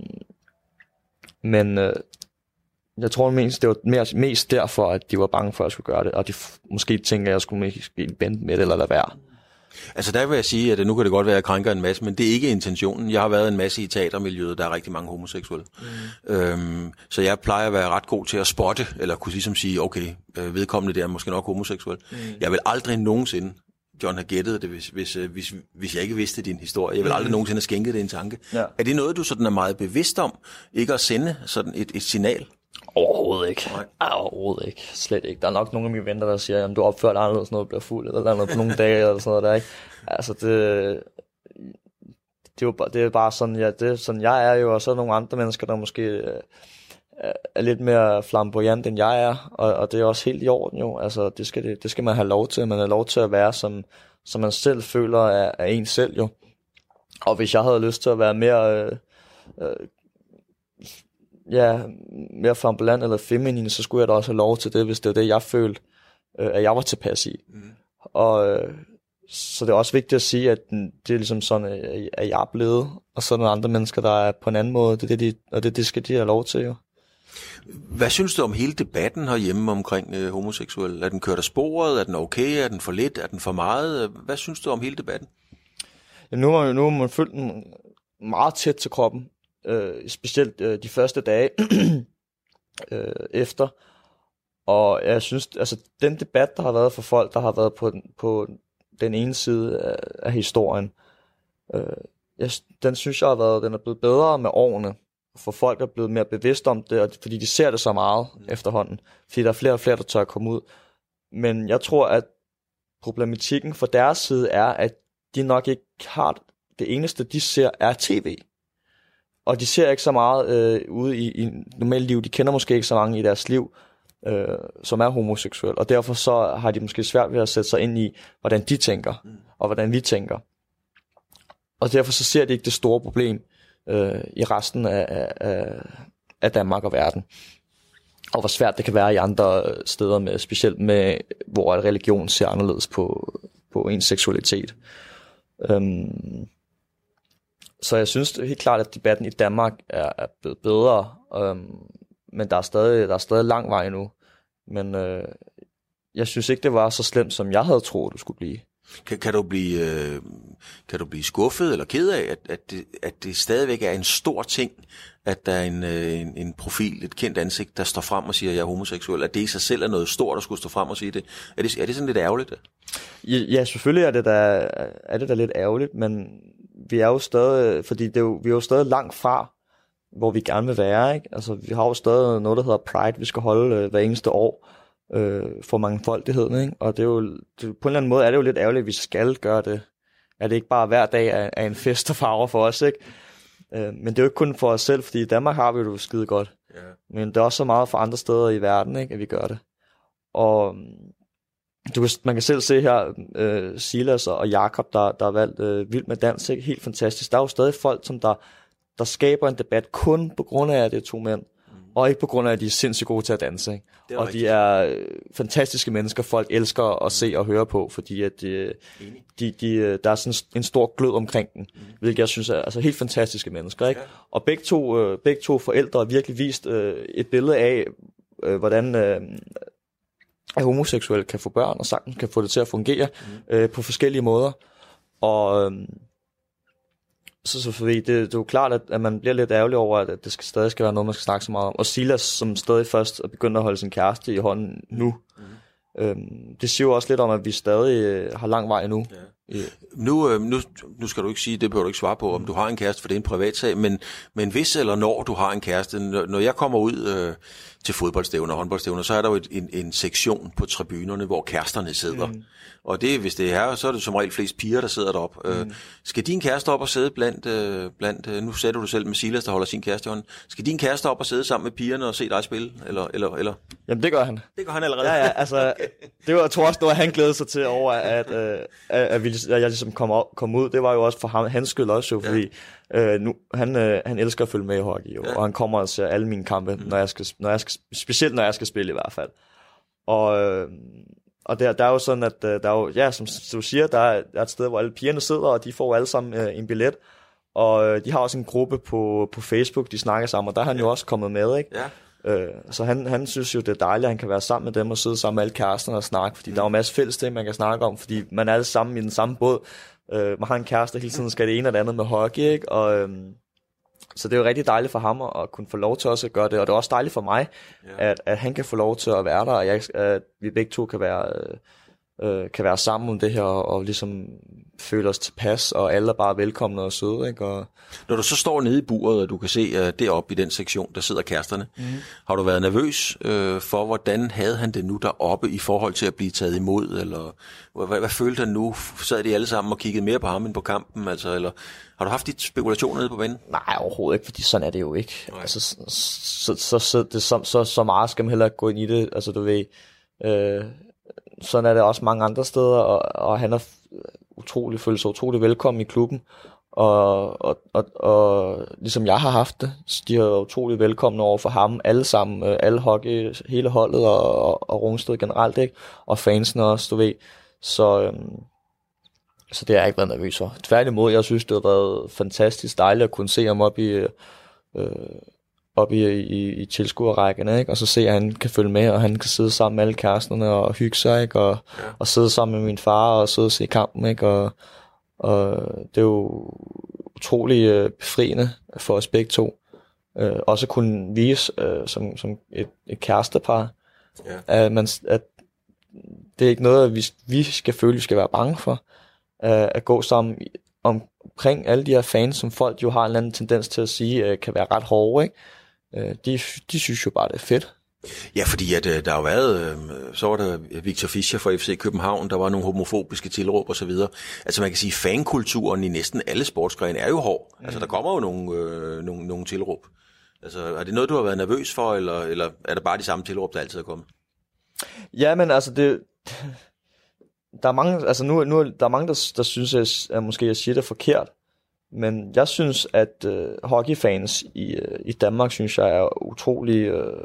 Speaker 5: men øh, jeg tror mest, det var mere, mest derfor, at de var bange for, at jeg skulle gøre det, og de f- måske tænker, at jeg skulle måske vente med det, eller lade være.
Speaker 1: Altså der vil jeg sige, at nu kan det godt være, at jeg krænker en masse, men det er ikke intentionen. Jeg har været en masse i teatermiljøet, der er rigtig mange homoseksuelle. Mm. Øhm, så jeg plejer at være ret god til at spotte, eller kunne ligesom sige, okay, øh, vedkommende der er måske nok homoseksuel. Mm. Jeg vil aldrig nogensinde, John, have gættet det, hvis, hvis, hvis, hvis jeg ikke vidste din historie. Jeg vil aldrig mm. nogensinde have skænket det en tanke. Ja. Er det noget, du sådan er meget bevidst om, ikke at sende sådan et, et signal?
Speaker 5: Overhovedet ikke. Nej. Overhovedet ikke. Slet ikke. Der er nok nogle af mine venner, der siger, at du opfører dig anderledes, når du bliver fuld, eller noget på nogle dage, eller sådan noget der, ikke? Altså, det, det, er jo bare, det er bare sådan, ja, det er sådan, jeg er jo, og så er nogle andre mennesker, der måske øh, er lidt mere flamboyant, end jeg er, og, og det er også helt i orden jo. Altså, det skal, det, det skal man have lov til. Man har lov til at være, som, som man selv føler er, er en selv jo. Og hvis jeg havde lyst til at være mere... Øh, øh, ja, mere flamboyant eller feminin, så skulle jeg da også have lov til det, hvis det var det, jeg følte, øh, at jeg var tilpas i. Mm. Og øh, så det er også vigtigt at sige, at det er ligesom sådan, at jeg er blevet, og så er der andre mennesker, der er på en anden måde, det er det, de, og det, det skal de have lov til, jo.
Speaker 1: Hvad synes du om hele debatten herhjemme omkring øh, homoseksuel? Er den kørt af sporet? Er den okay? Er den for lidt? Er den for meget? Hvad synes du om hele debatten?
Speaker 5: Jamen, nu har man, man følt den meget tæt til kroppen. Øh, specielt øh, de første dage øh, efter, og jeg synes, altså den debat, der har været for folk, der har været på den, på den ene side af, af historien, øh, jeg, den synes jeg har været, den er blevet bedre med årene, for folk er blevet mere bevidst om det, og fordi de ser det så meget mm. efterhånden, fordi der er flere og flere, der tør at komme ud. Men jeg tror, at problematikken for deres side er, at de nok ikke har det eneste, de ser, er tv. Og de ser ikke så meget øh, ude i, i normalt liv. De kender måske ikke så mange i deres liv. øh, som er homoseksuel, og derfor så har de måske svært ved at sætte sig ind i, hvordan de tænker, mm. og hvordan vi tænker. Og derfor så ser de ikke det store problem øh, i resten af, af, af Danmark og verden. Og hvor svært det kan være i andre steder, med, specielt med, hvor religion ser anderledes på, på ens seksualitet. Øhm, så jeg synes helt klart, at debatten i Danmark er, er blevet bedre, øhm, men der er, stadig, der er stadig lang vej nu. Men øh, jeg synes ikke, det var så slemt, som jeg havde troet, det skulle blive.
Speaker 1: Kan, kan, du blive, øh, kan du blive skuffet eller ked af, at, at, det, at det stadigvæk er en stor ting, at der er en, øh, en, en profil, et kendt ansigt, der står frem og siger, at jeg er homoseksuel? At det i sig selv er noget stort, der skulle stå frem og sige det? Er det, er det sådan lidt ærgerligt?
Speaker 5: Ja, selvfølgelig er det, da, er det da lidt ærgerligt, men vi er jo stadig, fordi det er jo, vi er jo stadig langt fra, hvor vi gerne vil være, ikke? Altså, vi har jo stadig noget, der hedder Pride, vi skal holde øh, hver eneste år, øh, for mangfoldigheden, ikke? Og det er jo, det, på en eller anden måde er det jo lidt ærgerligt, at vi skal gøre det. Er det ikke bare hver dag er, er en fest og farver for os, ikke? Øh, men det er jo ikke kun for os selv, fordi i Danmark har vi det jo skide godt. Yeah. Men det er også så meget for andre steder i verden, ikke, at vi gør det. Og du kan, man kan selv se her, øh, Silas og Jakob, der, der har valgt øh, Vild med Dans, ikke? Helt fantastisk. Der er jo stadig folk, som der, der skaber en debat kun på grund af, at det er to mænd. Og ikke på grund af, at de er sindssygt gode til at danse. Ikke? Og rigtigt. De er øh, fantastiske mennesker, folk elsker at se og høre på, fordi at, øh, de, de, der er sådan en stor glød omkring den, mm. hvilket jeg synes er altså, helt fantastiske mennesker. Ikke? Ja. Og begge to, øh, begge to forældre har virkelig vist øh, et billede af, øh, hvordan øh, at homoseksuelle kan få børn, og sagtens kan få det til at fungere mm. øh, på forskellige måder. Og øh, Så, så fordi det, det er jo klart, at, at man bliver lidt ærgerlig over, at det skal, stadig skal være noget, man skal snakke så meget om. Og Silas, som stadig først er begyndt at holde sin kæreste i hånden nu, mm. øhm, det siger jo også lidt om, at vi stadig øh, har lang vej endnu. Ja. Yeah.
Speaker 1: Nu, øh, nu, nu skal du ikke sige, det behøver du ikke svare på, om du har en kæreste, for det er en privatsag, men, men hvis eller når du har en kæreste, når, når jeg kommer ud øh, til fodboldstævner og håndboldstævner, så er der jo et, en, en sektion på tribunerne, hvor kæresterne sidder. Mm. Og det, hvis det er her, så er det som regel flest piger, der sidder deroppe. Mm. Øh, skal din kæreste op og sidde blandt, øh, blandt øh, nu sagde du det selv med Silas, der holder sin kæreste i hånden. Skal din kæreste op og sidde sammen med pigerne og se dig spille? Eller, eller, eller?
Speaker 5: Jamen det gør han.
Speaker 1: Det gør han allerede?
Speaker 5: Ja, ja, altså, okay. Det var, jeg tror også, det var, han glædede sig til over, at, øh, at, at, vi, at jeg ligesom kom, op, kom ud. Det var jo også for ham, hans skyld også jo, fordi ja. øh, nu, han, øh, han elsker at følge med i hockey, jo, ja. Og han kommer og ser alle mine kampe, mm. når jeg skal, når jeg skal, specielt når jeg skal spille i hvert fald. Og, øh, og der, der er jo sådan, at der er jo, ja, som du siger, der er, der er et sted, hvor alle pigerne sidder, og de får alle sammen øh, en billet. Og øh, de har også en gruppe på, på Facebook, de snakker sammen, og der er han ja. jo også kommet med, ikke? Ja. Øh, så han, han synes jo, det er dejligt, at han kan være sammen med dem og sidde sammen med alle kæresterne og snakke, fordi mm. der er jo en masse fælles ting, man kan snakke om, fordi man er alle sammen i den samme båd. Øh, man har en kæreste, hele tiden skal det ene og det andet med hockey, ikke? Og, øhm, så det er jo rigtig dejligt for ham at, at kunne få lov til også at gøre det, og det er også dejligt for mig, ja. at, at han kan få lov til at være der, og jeg, at vi begge to kan være, øh, kan være sammen om det her, og, og ligesom føle os tilpas, og alle er bare velkomne og søde, ikke? Og
Speaker 1: når du så står nede i buret, og du kan se uh, deroppe i den sektion, der sidder kæresterne, mm. har du været nervøs øh, for, hvordan havde han det nu deroppe i forhold til at blive taget imod, eller hvad, hvad, hvad følte han nu? Sad de alle sammen og kiggede mere på ham end på kampen, altså, eller har du haft dit spekulationer nede på banen?
Speaker 5: Nej, overhovedet ikke, fordi sådan er det jo ikke. Nej. Altså, så, så, så, så, det, så, så, så meget skal man heller ikke gå ind i det, altså du ved, øh, sådan er det også mange andre steder, og, og han har utrolig, følt sig utrolig velkommen i klubben, og, og, og, og ligesom jeg har haft det, de har været utrolig velkomne over for ham, alle sammen, alle hockey, hele holdet, og, og, og Rungsted generelt, ikke? Og fansene også, du ved, så, øhm, så det har jeg ikke været nervøs for. Tværtimod, jeg synes, det har været fantastisk dejligt at kunne se ham op i, øh, op i, i, i tilskuerrækkerne, ikke? Og så se, at han kan følge med, og han kan sidde sammen med alle kæresterne og hygge sig, ikke? Og, ja. og sidde sammen med min far og sidde og se kampen, ikke? Og, og det er jo utrolig øh, befriende for os begge to. Øh, også at kunne vise øh, som, som et, et kærestepar, ja. at, man, at det er ikke noget, vi, vi skal føle, vi skal være bange for, øh, at gå sammen omkring alle de her fans, som folk jo har en eller anden tendens til at sige, øh, kan være ret hårde, ikke? Øh, de, de synes jo bare, det er fedt.
Speaker 1: Ja, fordi at, øh, der har været, øh, så var der Victor Fischer fra F C København, der var nogle homofobiske tilråb og så videre. Altså man kan sige, fankulturen i næsten alle sportsgrene er jo hård. Mm. Altså der kommer jo nogle, øh, nogle, nogle tilråb. Altså, er det noget, du har været nervøs for, eller, eller er det bare de samme tilråb, der altid er kommet?
Speaker 5: Ja, men altså, det... Der er mange, altså nu, nu der er mange, der, der synes, at, at måske jeg siger det forkert. Men jeg synes, at øh, hockeyfans i, øh, i Danmark, synes jeg, er utrolig øh,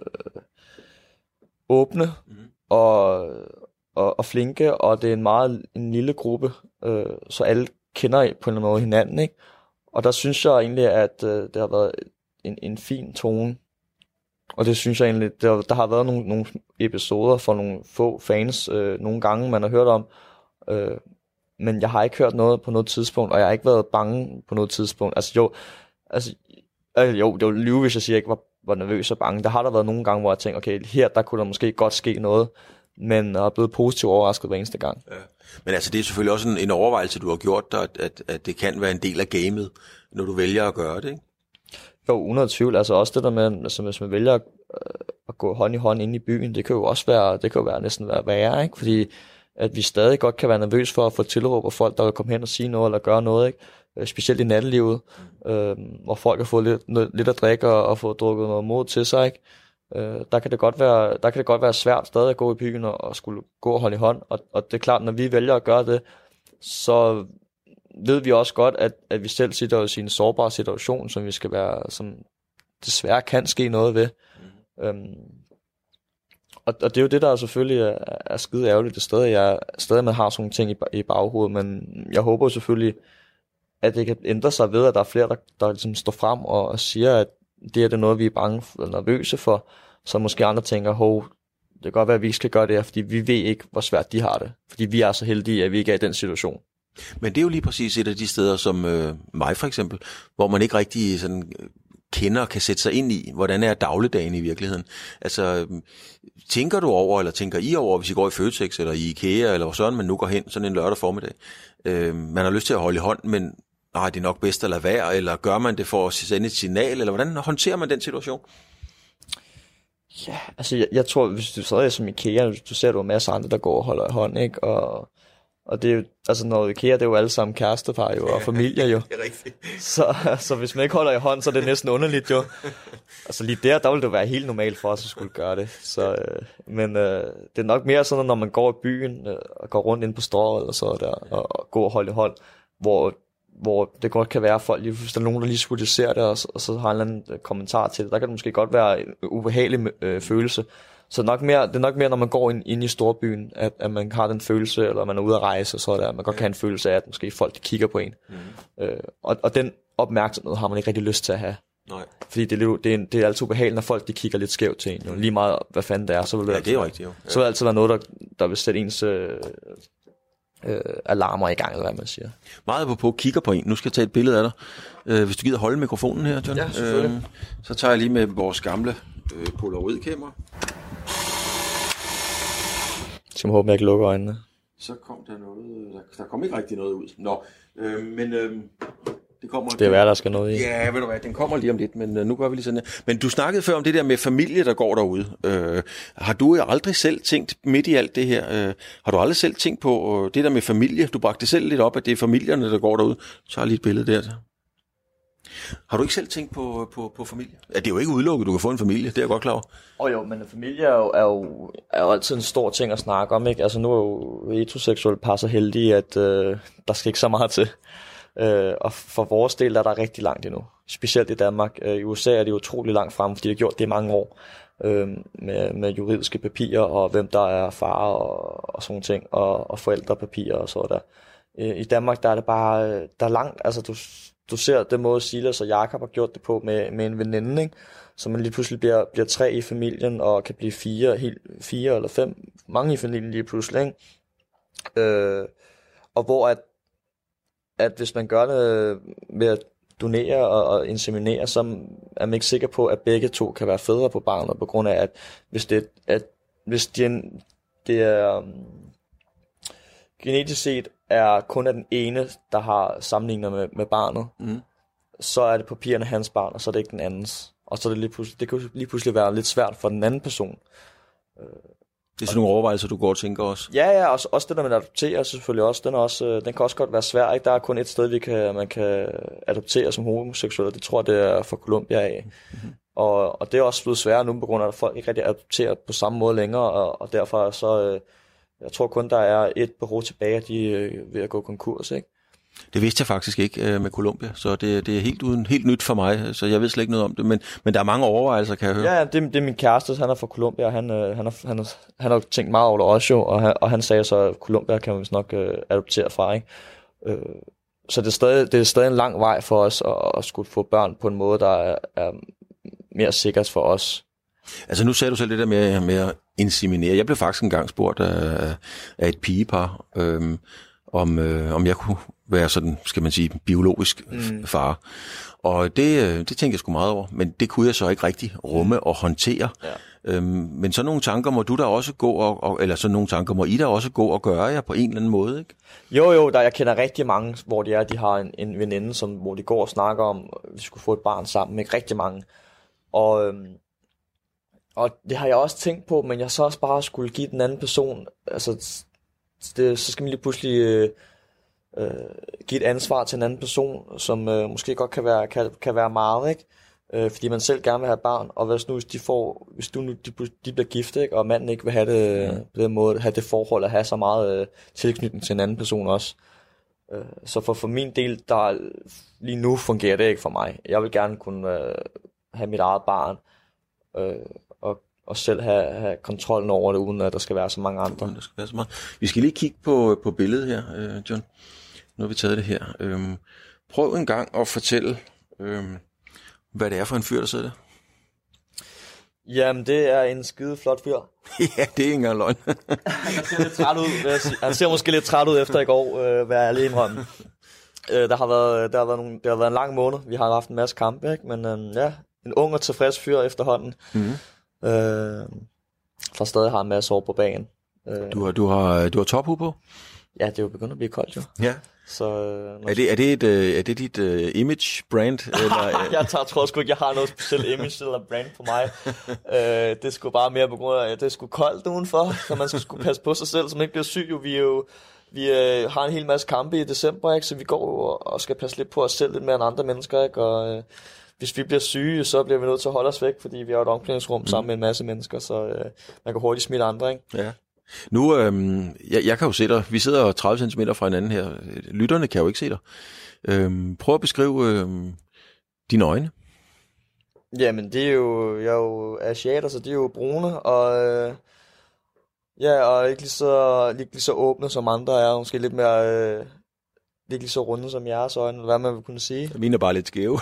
Speaker 5: åbne mm. og, og, og flinke, og det er en meget en lille gruppe, øh, så alle kender på en eller anden måde hinanden, ikke? Og der synes jeg egentlig, at øh, det har været en, en fin tone, og det synes jeg egentlig, der, der har været nogle, nogle episoder for nogle få fans, øh, nogle gange man har hørt om, øh, men jeg har ikke hørt noget på noget tidspunkt, og jeg har ikke været bange på noget tidspunkt. Altså jo, altså, øh, jo det var lyve, hvis jeg siger, at jeg ikke var, var nervøs og bange. Der har der været nogle gange, hvor jeg tænkte, okay, her der kunne der måske godt ske noget, men jeg er blevet positivt overrasket hver eneste gang. Ja.
Speaker 1: Men altså, det er selvfølgelig også en, en overvejelse, du har gjort dig, at, at, at det kan være en del af gamet, når du vælger at gøre det, ikke?
Speaker 5: Jo, uden tvivl. Altså også det der med, altså, hvis man vælger at, øh, at gå hånd i hånd ind i byen, det kan jo også være, det kan jo være næsten være værre, ikke? Fordi at vi stadig godt kan være nervøs for at få tilråb af folk, der vil komme hen og sige noget eller gøre noget, ikke? Specielt i nattelivet, øh, hvor folk har fået lidt, lidt at drikke og, og få drukket noget mod til sig, ikke? Øh, der kan det godt være, der kan det godt være svært stadig at gå i byen og, og skulle gå og holde i hånd, og, og det er klart, når vi vælger at gøre det, så ved vi også godt, at, at vi selv sidder i en sårbar situation, som vi skal være, som desværre kan ske noget ved. Mm. Øhm, og, og det er jo det, der selvfølgelig er, er skide ærgerligt. Det er stadig, jeg, stadig man har sådan nogle ting i, i baghovedet, men jeg håber selvfølgelig, at det kan ændre sig ved, at der er flere, der, der ligesom står frem og, og siger, at det er det noget, vi er bange for, eller nervøse for, så måske andre tænker, hov, det kan godt være, at vi ikke skal gøre det her, fordi vi ved ikke, hvor svært de har det. Fordi vi er så heldige, at vi ikke er i den situation.
Speaker 1: Men det er jo lige præcis et af de steder, som øh, mig for eksempel, hvor man ikke rigtig sådan kender og kan sætte sig ind i, hvordan er dagligdagen i virkeligheden. Altså, tænker du over, eller tænker I over, hvis I går i Føtex, eller i IKEA, eller hvor sådan man nu går hen, sådan en lørdag formiddag. Øh, man har lyst til at holde i hånd, men nej, det er nok bedst at lade være, eller gør man det for at sende et signal, eller hvordan håndterer man den situation?
Speaker 5: Ja, altså jeg, jeg tror, hvis du sidder som IKEA, du ser du en masse andre, der går og holder i hånd, ikke? Og Og det er jo, altså når IKEA, det er jo alle sammen kærestepar jo, og familier jo.
Speaker 1: Det er rigtigt.
Speaker 5: Så, så hvis man ikke holder i hånd, så er det næsten underligt jo. Altså lige der, der ville det være helt normalt for os at skulle gøre det. Så, øh, men øh, det er nok mere sådan, når man går i byen, øh, og går rundt ind på Strøget eller så der, og, og går og holder i hånd, hvor, hvor det godt kan være, at folk, hvis der er nogen, der lige skulle se det, og, og så har en eller anden kommentar til det, der kan det måske godt være en ubehagelig øh, følelse. Så nok mere, det er nok mere, når man går ind, ind i storbyen, at, at man har den følelse, eller man er ude at rejse, så der, man godt kan have en følelse af, at måske folk de kigger på en. Mm. Øh, og, og den opmærksomhed har man ikke rigtig lyst til at have. Nej. Fordi det er, lidt, det, er, det er altid ubehageligt, når folk de kigger lidt skævt til en. Jo. Lige meget, hvad fanden det er, så vil det,
Speaker 1: ja, det er rigtigt, jo. Ja.
Speaker 5: Så vil det altid være noget, der, der vil sætte ens øh, øh, alarmer i gang, eller hvad man siger.
Speaker 1: Meget på på kigger på en. Nu skal jeg tage et billede af dig. Øh, hvis du gider holde mikrofonen her, John.
Speaker 5: Ja, selvfølgelig. Øh,
Speaker 1: så tager jeg lige med vores gamle øh, polaroidkamera.
Speaker 5: Så jeg håber, jeg ikke lukker øjnene.
Speaker 1: Så kom der noget... Der, der kom ikke rigtig noget ud. Nå, øh, men... Øh, det kommer...
Speaker 5: Det er værd, der skal noget i.
Speaker 1: Ja, ved du hvad, den kommer lige om lidt, men øh, nu gør vi lige sådan her. Men du snakkede før om det der med familie, der går derude. Øh, har du aldrig selv tænkt midt i alt det her? Øh, har du aldrig selv tænkt på øh, det der med familie? Du bragte selv lidt op, at det er familierne, der går derude. Så har jeg lige et billede der. Så. Har du ikke selv tænkt på, på, på familie? Ja, det er jo ikke udelukket, du kan få en familie, det er jeg godt klar over.
Speaker 5: Åh oh, jo, men en familie er jo, er, jo, er jo altid en stor ting at snakke om, ikke? Altså nu er jo heteroseksuelle par så heldige, at øh, der skal ikke så meget til. Øh, og for vores del er der rigtig langt endnu. Specielt i Danmark. Øh, I U S A er det utrolig langt frem, fordi de har gjort det i mange år. Øh, med, med juridiske papirer, og hvem der er far og, og sådan ting, og, og forældrepapirer og sådan der. Øh, I Danmark der er det bare, der er langt, altså du... Du ser den måde Silas og Jakob har gjort det på med, med en veninde, ikke? Så man lige pludselig bliver, bliver tre i familien, og kan blive fire, helt fire eller fem, mange i familien lige pludselig, ikke? Øh, og hvor at, at hvis man gør det ved at donere og, og inseminere, så er man ikke sikker på, at begge to kan være fædre på barnet, på grund af, at hvis det, at, hvis det, det er... Um, genetisk set er kun af den ene, der har sammenligninger med, med barnet, mm. så er det papirerne hans barn, og så er det ikke den andens. Og så er det lige pludselig, det kan lige pludselig være lidt svært for den anden person.
Speaker 1: Det er sådan nogle overvejelser, du går og tænker også?
Speaker 5: Ja, ja, også, også det der med at adoptere selvfølgelig også. Den, er også, den kan også godt være svær, ikke? Der er kun et sted, vi kan, man kan adoptere som homoseksuel, det tror jeg, det er fra Colombia af. Mm-hmm. Og, og det er også blevet sværere nu, på grund af, at folk ikke rigtig adopterer på samme måde længere, og, og derfor så, øh, jeg tror kun, der er et bureau tilbage, at de er øh, ved at gå konkurs, ikke?
Speaker 1: Det vidste jeg faktisk ikke øh, med Colombia, så det, det er helt, uden, helt nyt for mig, så jeg ved slet ikke noget om det, men, men der er mange overvejelser, kan jeg høre.
Speaker 5: Ja, det, det er min kæreste, han er fra Colombia, og han, øh, han, har, han, har, han har tænkt meget over det også jo, og han, og han sagde så, at Colombia kan man vist nok øh, adoptere fra, ikke? Øh, så det er, stadig, det er stadig en lang vej for os at, at skulle få børn på en måde, der er, er mere sikkert for os.
Speaker 1: Altså nu sagde du selv det der med, med at inseminere. Jeg blev faktisk engang spurgt af, af et pigepar, øhm, om, øh, om jeg kunne være sådan, skal man sige, biologisk mm. far. Og det, det tænkte jeg sgu meget over, men det kunne jeg så ikke rigtig rumme og håndtere. Ja. Øhm, men sådan nogle tanker må du da også gå, og, og, eller sådan nogle tanker må I da også gå og gøre jer på en eller anden måde, ikke?
Speaker 5: Jo, jo, der, jeg kender rigtig mange, hvor de er, de har en, en veninde, som, hvor de går og snakker om, at vi skulle få et barn sammen, ikke? Rigtig mange. Og, øhm, og det har jeg også tænkt på, men jeg så også bare skulle give den anden person, altså, det, så skal man lige pludselig øh, øh, give et ansvar til en anden person, som øh, måske godt kan være, kan, kan være meget, ikke? Øh, fordi man selv gerne vil have barn, og hvis nu de får, hvis nu de, de bliver gift, ikke, og manden ikke vil have det mm. på den måde, have det forhold at have så meget øh, tilknytning til en anden person også. Øh, så for, for min del, der lige nu fungerer det ikke for mig. Jeg vil gerne kunne øh, have mit eget barn, øh, og, og selv have, have kontrollen over det, uden at der skal være så mange andre.
Speaker 1: Der skal være så meget. Vi skal lige kigge på, på billedet her, øh, John. Nu har vi taget det her. Øhm, prøv en gang at fortælle, øhm, hvad det er for en fyr, der sidder der.
Speaker 5: Jamen, det er en skide flot fyr.
Speaker 1: Ja, det er ikke engang løgn.
Speaker 5: Han ser lidt træt ud, vil jeg sige. Han ser måske lidt træt ud efter i går, øh, hvad jeg alene indrømme. Øh, der har været, der har været nogle, det har været en lang måned. Vi har haft en masse kampe, ikke? Men øh, ja, en ung og tilfreds fyr efterhånden. Mm-hmm. Øh, der stadig har en masse år på banen. Øh,
Speaker 1: du har, du har, du har tophue på?
Speaker 5: Ja, det er jo begyndt at blive koldt, jo.
Speaker 1: Ja.
Speaker 5: Så, øh,
Speaker 1: er, det, er, det et, øh, er det dit uh, image brand? Eller?
Speaker 5: jeg tager, tror sgu ikke, jeg har noget specielt image eller brand på mig. øh, det er sgu bare mere på grund af, at det er sgu koldt udenfor, så man skal sgu passe på sig selv, så man ikke bliver syg. Jo. Vi, er jo, vi øh, har en hel masse kampe i december, ikke? Så vi går og, og skal passe lidt på os selv lidt mere end andre mennesker. Ikke? Og øh, hvis vi bliver syge, så bliver vi nødt til at holde os væk, fordi vi har et omklædningsrum mm. sammen med en masse mennesker, så øh, man kan hurtigt smitte andre. Ikke?
Speaker 1: Ja. Nu, øhm, jeg, jeg kan jo se dig. Vi sidder tredive centimeter fra hinanden her. Lytterne kan jo ikke se dig. Øhm, prøv at beskrive øhm, dine øjne.
Speaker 5: Jamen, det er jo, jeg er jo asiater, så de er jo brune, og øh, ja, og ikke lige så, ikke lige så åbne som andre er, måske lidt mere, øh, ikke lige så runde som jeres øjne, eller hvad man vil kunne sige.
Speaker 1: Mine er bare lidt skæve.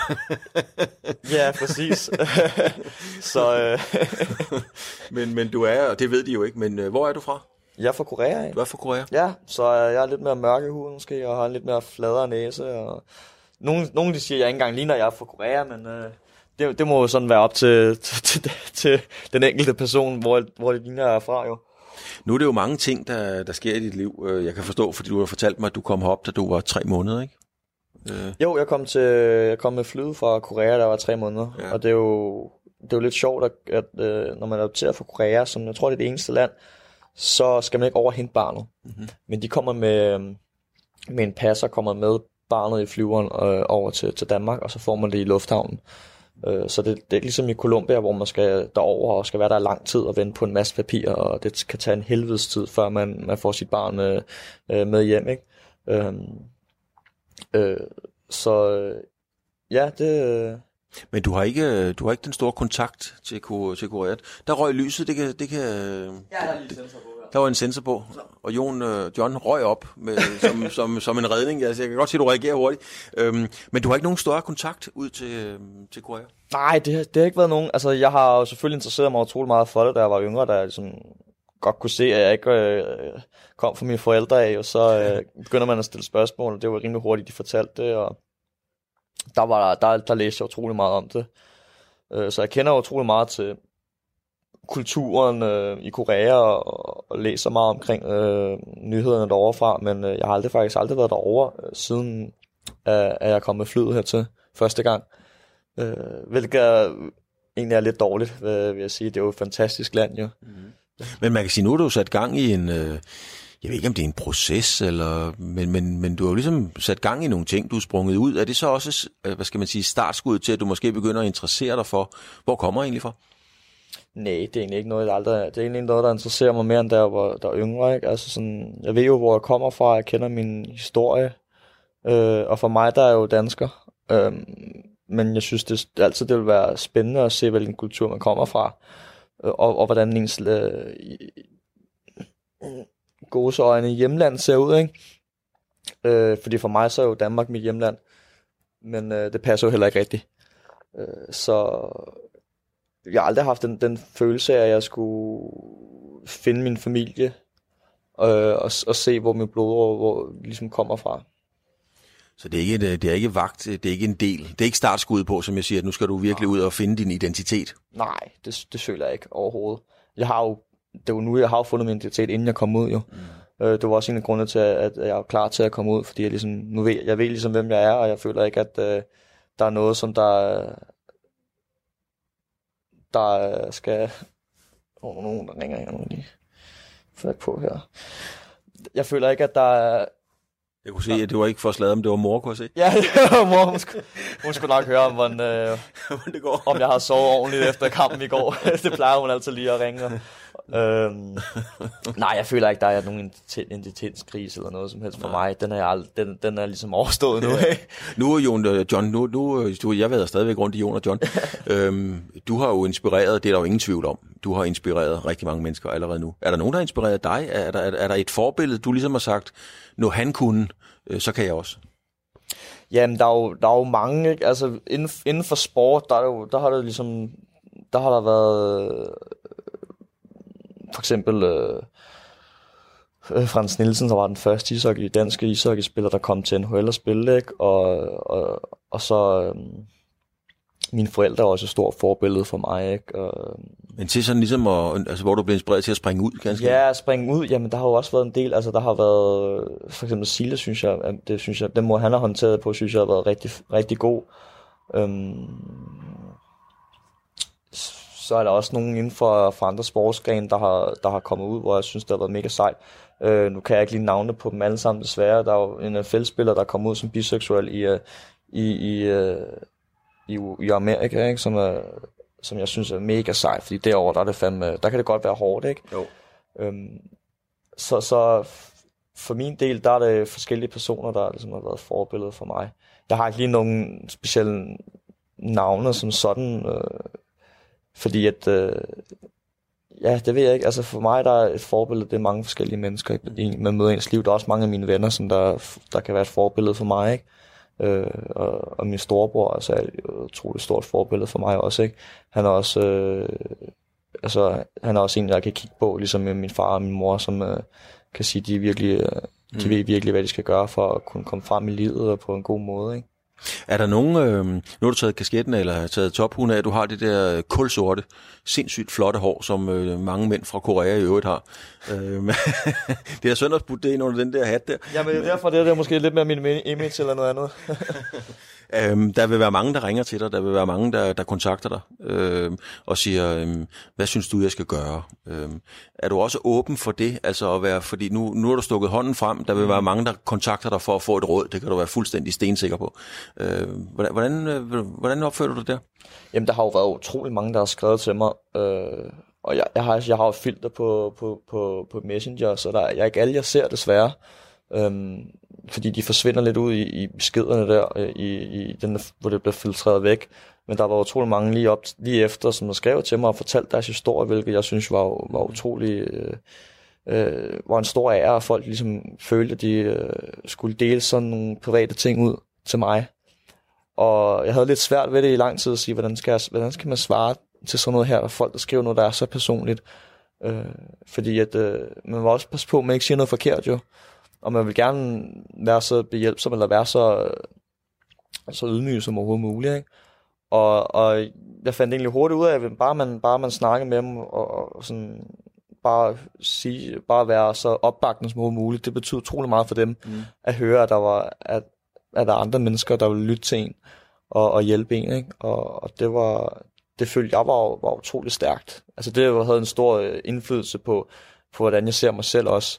Speaker 5: Ja, præcis. så, øh,
Speaker 1: men, men du er, og det ved de jo ikke, men øh, hvor er du fra?
Speaker 5: Jeg er fra Korea, ikke?
Speaker 1: Du er fra Korea?
Speaker 5: Ja, så jeg er lidt mere mørk i huden måske, og har en lidt mere fladere næse, og nogen, nogen de siger, at jeg ikke engang ligner, jeg er fra Korea, men øh, det, det må jo sådan være op til, til, til, til den enkelte person, hvor, hvor det ligner, jeg er fra, jo.
Speaker 1: Nu er det jo mange ting, der, der sker i dit liv. Jeg kan forstå, fordi du har fortalt mig, at du kom herop, da du var tre måneder, ikke? Øh.
Speaker 5: Jo, jeg kom, til, jeg kom med flyet fra Korea, der var tre måneder. Ja. Og det er jo, det er jo lidt sjovt, at, at når man adopterer fra Korea, som jeg tror, det er det eneste land, så skal man ikke overhente barnet. Mm-hmm. Men de kommer med, med en passer, kommer med barnet i flyveren øh, over til, til Danmark, og så får man det i lufthavnen. Så det, det er ikke ligesom i Colombia, hvor man skal derover og skal være der i lang tid og vente på en masse papirer, og det kan tage en helvedes tid, før man, man får sit barn øh, med hjem, ikke? Øhm, øh, så ja, det... Øh...
Speaker 1: Men du har ikke du har ikke den store kontakt til, til Korea. Der røg lyset, det kan... Det kan...
Speaker 5: Ja, der er lige sensor på.
Speaker 1: Der var en sensor på, og Jon, øh, John røg op med, som, som, som en redning. Altså, jeg kan godt se, at du reagerer hurtigt. Øhm, men du har ikke nogen større kontakt ud til, øh, til Korea?
Speaker 5: Nej, det, det har ikke været nogen. Altså, jeg har jo selvfølgelig interesseret mig utrolig meget for det, da jeg var yngre, da jeg ligesom godt kunne se, at jeg ikke øh, kom fra mine forældre af, og så øh, begynder man at stille spørgsmål, og det var rimelig hurtigt, de fortalte det, og der, var, der, der læste jeg utrolig meget om det. Øh, så jeg kender utrolig meget til kulturen øh, i Korea og, og læser meget omkring øh, nyhederne derovre fra, men øh, jeg har aldrig faktisk aldrig været derovre øh, siden øh, at jeg kom med flyet hertil første gang. Øh, hvilket er, egentlig er lidt dårligt, vil jeg sige. Det er jo et fantastisk land, jo.
Speaker 1: Mm. Men man kan sige, nu er du sat gang i en, øh, jeg ved ikke, om det er en proces, eller, men, men, men du har jo ligesom sat gang i nogle ting, du er sprunget ud. Er det så også, hvad skal man sige, startskud til, at du måske begynder at interessere dig for, hvor kommer jeg egentlig fra?
Speaker 5: Nej, det er egentlig ikke noget, der aldrig, det er egentlig noget, der interesserer mig mere, end der var der er yngre, ikke? Altså sådan, jeg ved jo, hvor jeg kommer fra, jeg kender min historie, øh, og for mig, der er jeg jo dansker. Øh, men jeg synes det altid, det vil være spændende at se, hvilken kultur man kommer fra, øh, og, og hvordan ens øh, gåseøjne hjemland ser ud, ikke? Øh, fordi for mig, så er jo Danmark mit hjemland, men øh, det passer jo heller ikke rigtigt. Øh, så jeg har aldrig haft den, den følelse af, at jeg skulle finde min familie, øh, og, og se, hvor min blodår hvor ligesom kommer fra.
Speaker 1: Så det er ikke, det er ikke vagt, det er ikke en del, det er ikke startskud på, som jeg siger, at nu skal du virkelig ud og finde din identitet.
Speaker 5: Nej, det, det føler jeg ikke overhovedet. Jeg har jo, det er jo nu, jeg har fundet min identitet, inden jeg kom ud jo. Mm. Øh, det var også en af grundene til, at jeg er klar til at komme ud, fordi jeg ligesom, nu ved, jeg ved ligesom, hvem jeg er, og jeg føler ikke, at øh, der er noget, som der, der skal... Åh, oh, nogen, der ringer her nu lige. Få på her. Jeg føler ikke, at der er...
Speaker 1: Jeg kunne se, at det var ikke for slaget, om det var mor, kunne jeg se.
Speaker 5: Ja, det var mor. Hun skulle, hun skulle nok høre, om, hvordan, øh,
Speaker 1: det går.
Speaker 5: om jeg har sovet ordentligt efter kampen i går. Det plejer hun altid lige at ringe. øhm, nej, jeg føler ikke, der er nogen identitetskrise eller noget som helst for mig. Den er, ald- den, den er ligesom overstået nu.
Speaker 1: Nu er Jon, John, nu, nu du, jeg ved stadigvæk rundt i Jon og John. øhm, du har jo inspireret, det er der jo ingen tvivl om, du har inspireret rigtig mange mennesker allerede nu. Er der nogen, der har inspireret dig? Er der, er, er der et forbillede, du ligesom har sagt, når han kunne, øh, så kan jeg også?
Speaker 5: Jamen, der er jo, der er jo mange, ikke? Altså, inden, inden for sport, der, er jo, der har det ligesom, der har der været, for eksempel, øh, Frans Nielsen, der var den første ishockey, danske ishockeyspiller, der kom til N H L at spille, ikke? Og, og, og så, øh, mine forældre er også et stort forbillede for mig, ikke? Og,
Speaker 1: men til sådan ligesom, at, altså, hvor du blev inspireret til at springe ud, ganske?
Speaker 5: Ja, springe ud, jamen der har jo også været en del, altså der har været, for eksempel Sile, synes jeg, det synes jeg, den måde han har håndteret på, synes jeg har været rigtig, rigtig god. Øhm, så er der også nogen inden for, for andre sportsgrene, der har, der har kommet ud, hvor jeg synes, det har været mega sejt. Øh, nu kan jeg ikke lige navne på dem alle sammen desværre. Der er jo en N F L-spiller, der er kommet ud som biseksuel i, i, i, i, i Amerika, ikke? Som er, som jeg synes er mega sejt, fordi derovre, der er det fandme, der kan det godt være hårdt, ikke?
Speaker 1: Jo.
Speaker 5: Øhm, så, så for min del, der er det forskellige personer, der ligesom har været forbillede for mig. Jeg har ikke lige nogen specielle navne som sådan, øh, fordi at, øh, ja, det ved jeg ikke, altså for mig, der er et forbillede, det er mange forskellige mennesker, i, man møder ens liv. Der er også mange af mine venner, som der, der kan være et forbillede for mig, ikke? Øh, og, og min storebror altså, er et utroligt stort forbillede for mig også, ikke? Han er også øh, altså, han er også en, jeg kan kigge på, ligesom med min far og min mor, som øh, kan sige, de virkelig øh, de mm. ved virkelig, hvad de skal gøre for at kunne komme frem i livet og på en god måde, ikke?
Speaker 1: Er der nogen, øh, nu har du taget kasketten eller taget tophuen af, du har det der kulsorte, sindssygt flotte hår, som øh, mange mænd fra Korea i øvrigt har. Øh, det er synd at putte det ind under den der hat der.
Speaker 5: Jamen det er derfor, det er det måske lidt mere min image eller noget andet.
Speaker 1: øhm, der vil være mange, der ringer til dig, der vil være mange, der, der kontakter dig øh, og siger, øh, hvad synes du, jeg skal gøre? Øh, er du også åben for det? Altså at være, fordi nu, nu har du stukket hånden frem, der vil være mange, der kontakter dig for at få et råd, det kan du være fuldstændig stensikker på. Øh, hvordan, hvordan, hvordan opfører du det der?
Speaker 5: Jamen der har jo været utrolig mange, der har skrevet til mig, øh, og jeg, jeg har jeg har jo filter på, på, på, på Messenger, så der, jeg er ikke alle, jeg ser desværre. Øhm, fordi de forsvinder lidt ud i, i beskederne der, i, i den, hvor det bliver filtreret væk. Men der var utrolig mange lige, op, lige efter, som har skrevet til mig og fortalt deres historie, hvilket jeg synes var, var utrolig... Øh, øh, var en stor ære, at folk ligesom følte, at de øh, skulle dele sådan nogle private ting ud til mig. Og jeg havde lidt svært ved det i lang tid at sige, hvordan skal, jeg, hvordan skal man svare til sådan noget her, og folk, der skriver noget, der er så personligt. Øh, fordi at, øh, man må også passe på, at man ikke siger noget forkert jo. Og man vil gerne være så behjælpsom, eller være så, så ydmyg som overhovedet muligt, ikke? Og, og jeg fandt egentlig hurtigt ud af, at bare man, bare man snakker med dem, og, og sådan, bare, sige, bare være så opbakkende som overhovedet muligt, det betyder utrolig meget for dem, mm. at høre, at der var, at, at der er andre mennesker, der ville lytte til en, og, og hjælpe en, ikke? Og, og det var, det følte jeg var, var utrolig stærkt. Altså det havde en stor indflydelse på, på hvordan jeg ser mig selv også.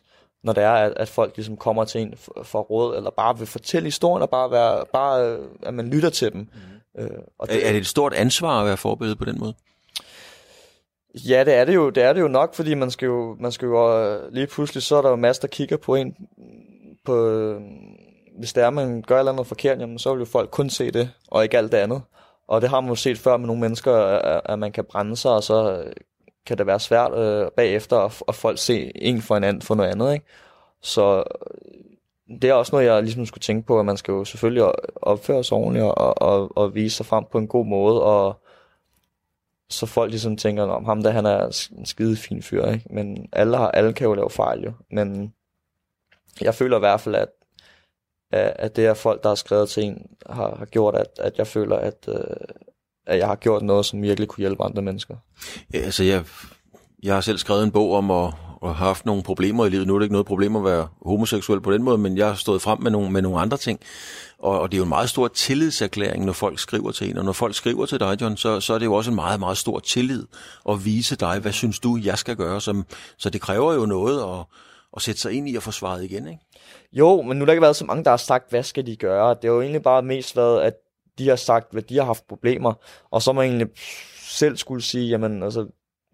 Speaker 5: når det er, at, at folk ligesom kommer til en for, for råd, eller bare vil fortælle historien, og bare, være, bare at man lytter til dem. Mm. Øh, og det,
Speaker 1: er, er det et stort ansvar at være forbillede på den måde?
Speaker 5: Ja, det er det jo, det er det jo nok, fordi man skal jo, man skal jo lige pludselig, så er der jo masser, der kigger på en, på, hvis det er, man gør et eller andet forkert, jamen, så vil jo folk kun se det, og ikke alt det andet. Og det har man jo set før med nogle mennesker, at, at man kan brænde sig, og så kan det være svært øh, bagefter, at, at folk se en for en anden for noget andet, ikke? Så det er også noget, jeg ligesom skulle tænke på, at man skal jo selvfølgelig opføre sig ordentligt, og, og, og vise sig frem på en god måde, og så folk ligesom tænker, om ham der, han er en skide fin fyr, ikke? Men alle, har, alle kan jo lave fejl, jo. Men jeg føler i hvert fald, at, at det er folk, der har skrevet til en, har, har gjort, at, at jeg føler, at, at jeg har gjort noget, som virkelig kunne hjælpe andre mennesker.
Speaker 1: Ja, altså jeg, jeg har selv skrevet en bog om at, at have haft nogle problemer i livet. Nu er det ikke noget problem at være homoseksuel på den måde, men jeg har stået frem med nogle, med nogle andre ting. Og, og det er jo en meget stor tillidserklæring, når folk skriver til en. Og når folk skriver til dig, John, så, så er det jo også en meget, meget stor tillid at vise dig, hvad synes du, jeg skal gøre. Som, så det kræver jo noget at, at sætte sig ind i og få svaret igen, ikke?
Speaker 5: Jo, men nu har der ikke været så mange, der har sagt, hvad skal de gøre? Det har jo egentlig bare mest været, at de har sagt, hvad de har haft problemer. Og så må man egentlig selv skulle sige, jamen altså,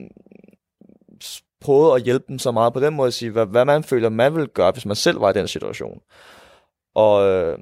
Speaker 5: prøve at hjælpe dem så meget på den måde at sige, hvad, hvad man føler, man vil gøre, hvis man selv var i den situation. Og øh,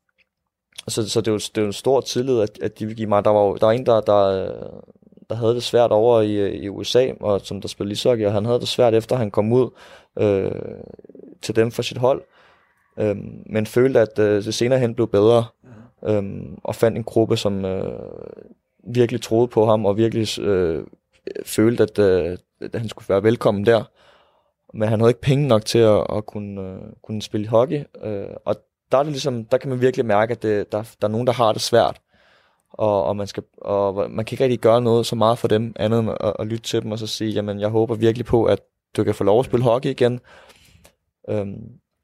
Speaker 5: så, så det er jo, det er jo en stor tillid, at, at de vil give mig. Der var jo, der var en, der, der, der havde det svært over i, i U S A, og som der spillede ishockey, og han havde det svært efter, han kom ud øh, til dem for sit hold. Øh, men følte, at øh, det senere hen blev bedre, øh, og fandt en gruppe, som øh, virkelig troede på ham, og virkelig øh, følte, at, øh, at han skulle være velkommen der. Men han havde ikke penge nok til at, at kunne, øh, kunne spille hockey, øh, og der er det ligesom, der kan man virkelig mærke, at det, der, der er nogen, der har det svært, og, og, man skal, og man kan ikke rigtig gøre noget så meget for dem, andet end at, at lytte til dem, og så sige, jamen jeg håber virkelig på, at du kan få lov at spille hockey igen. Øhm,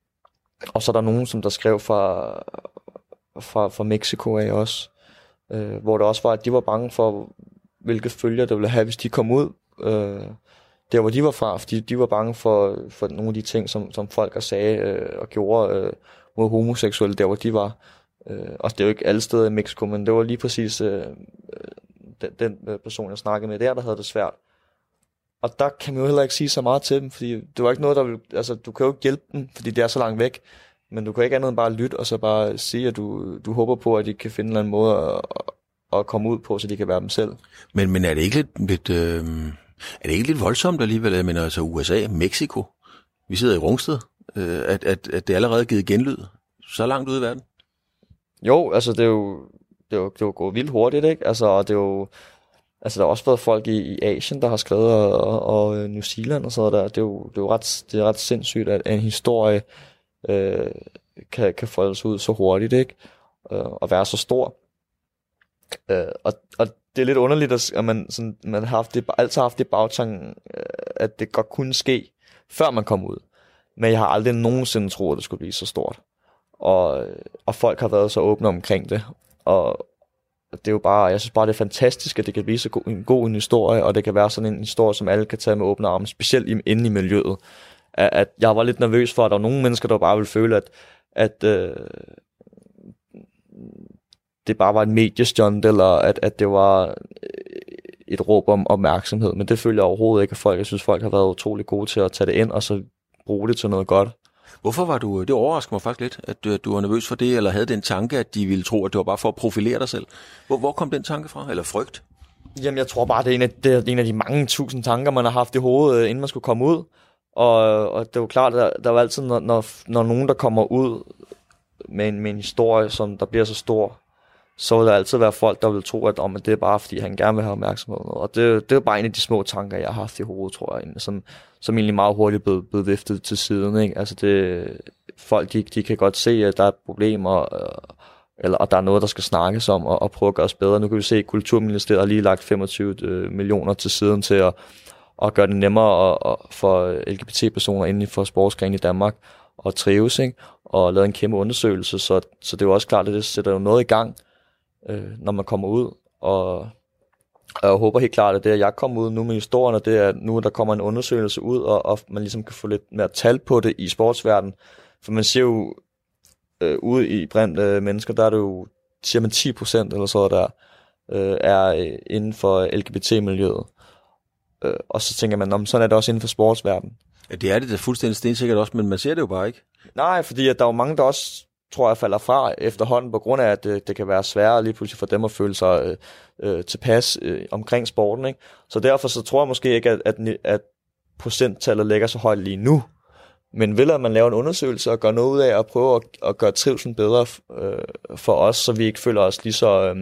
Speaker 5: og så er der nogen, som der skrev fra, fra, fra Mexico af også, øh, hvor det også var, at de var bange for, hvilke følger det ville have, hvis de kom ud, øh, der hvor de var fra, fordi de var bange for, for nogle af de ting, som, som folk sagde øh, og gjorde, øh, mod homoseksuelle, der hvor de var. Øh, og det er jo ikke alle steder i Mexico, men det var lige præcis øh, den, den person, jeg snakkede med der, der havde det svært. Og der kan man jo heller ikke sige så meget til dem, fordi det var ikke noget, der vil, altså du kan jo ikke hjælpe dem, fordi det er så langt væk, men du kan ikke andet end bare lytte, og så bare sige, at du, du håber på, at de kan finde en eller anden måde at, at komme ud på, så de kan være dem selv.
Speaker 1: Men, men er det ikke lidt, lidt øh, er det ikke lidt voldsomt alligevel? Jeg mener altså U S A, Mexico, vi sidder i Rungsted, øh, at, at, at det allerede er givet genlyd så langt ude i verden?
Speaker 5: Jo, altså det er jo, det er jo, det er jo gået vildt hurtigt, ikke? Altså, og det er jo, altså der har også været folk i, i Asien, der har skrevet, og, og New Zealand og sådan der. Det er jo, det er jo ret, det er ret sindssygt, at en historie øh, kan, kan foldes ud så hurtigt, ikke? Øh, og være så stor. Øh, og, og det er lidt underligt, at man, sådan, man har haft det, altid haft det bagtanken, at det godt kunne ske, før man kom ud. Men jeg har aldrig nogensinde troet, at det skulle blive så stort. Og, og folk har været så åbne omkring det. Og det er jo bare, jeg synes bare, det er fantastisk, at det kan blive så god, en god en historie, og det kan være sådan en historie, som alle kan tage med åbne arme, specielt inde i miljøet. At, at jeg var lidt nervøs for, at der var nogle mennesker, der bare ville føle, at, at øh, det bare var en mediestunt, eller at, at det var et råb om opmærksomhed. Men det føler jeg overhovedet ikke af folk. Jeg synes, folk har været utrolig gode til at tage det ind, og så bruge det til noget godt. Hvorfor var du, det overrasker mig faktisk lidt, at du, at du var nervøs for det, eller havde den tanke, at de ville tro, at det var bare for at profilere dig selv? Hvor, hvor kom den tanke fra, eller frygt? Jamen, jeg tror bare, det er en af, det er en af de mange tusind tanker, man har haft i hovedet, inden man skulle komme ud. Og, og det er jo klart, at der, der er altid, når, når, når nogen, der kommer ud med en, med en historie, som der bliver så stor, så vil der altid være folk, der vil tro, at, om, at det er bare, fordi han gerne vil have opmærksomhed. Og det, det er bare en af de små tanker, jeg har haft i hovedet, tror jeg, som, som egentlig meget hurtigt blev, blev viftet til siden. Ikke? Altså det, folk de, de kan godt se, at der er problemer, eller at der er noget, der skal snakkes om, og, og prøve at gøre os bedre. Nu kan vi se, at Kulturministeriet har lige lagt femogtyve millioner til siden til at, at gøre det nemmere at, at for L G B T-personer inden for sportsgrenen i Danmark at trives, ikke? Og lavet en kæmpe undersøgelse. Så, så det er jo også klart, at det sætter jo noget i gang, når man kommer ud, og, Og jeg håber helt klart, at det, at jeg kommer ud nu med historien, og det er nu, der kommer en undersøgelse ud, og, og man ligesom kan få lidt mere tal på det i sportsverdenen. For man ser jo øh, ude i brændte øh, mennesker, der er det jo, siger man ti procent eller så der, øh, er øh, inden for L G B T-miljøet. Øh, og så tænker man, om sådan er det også inden for sportsverdenen.
Speaker 1: Ja, det er det da fuldstændig stensikkert også, men man ser det jo bare ikke.
Speaker 5: Nej, fordi at der er jo mange, der også, tror jeg, falder fra efterhånden, på grund af, at det, det kan være sværere lige pludselig for dem at føle sig øh, øh, tilpas øh, omkring sporten. Ikke? Så derfor så tror jeg måske ikke, at, at, at procenttallet ligger så højt lige nu. Men vil at man lave en undersøgelse og gøre noget ud af at prøve at, at gøre trivslen bedre øh, for os, så vi ikke føler os lige så øh,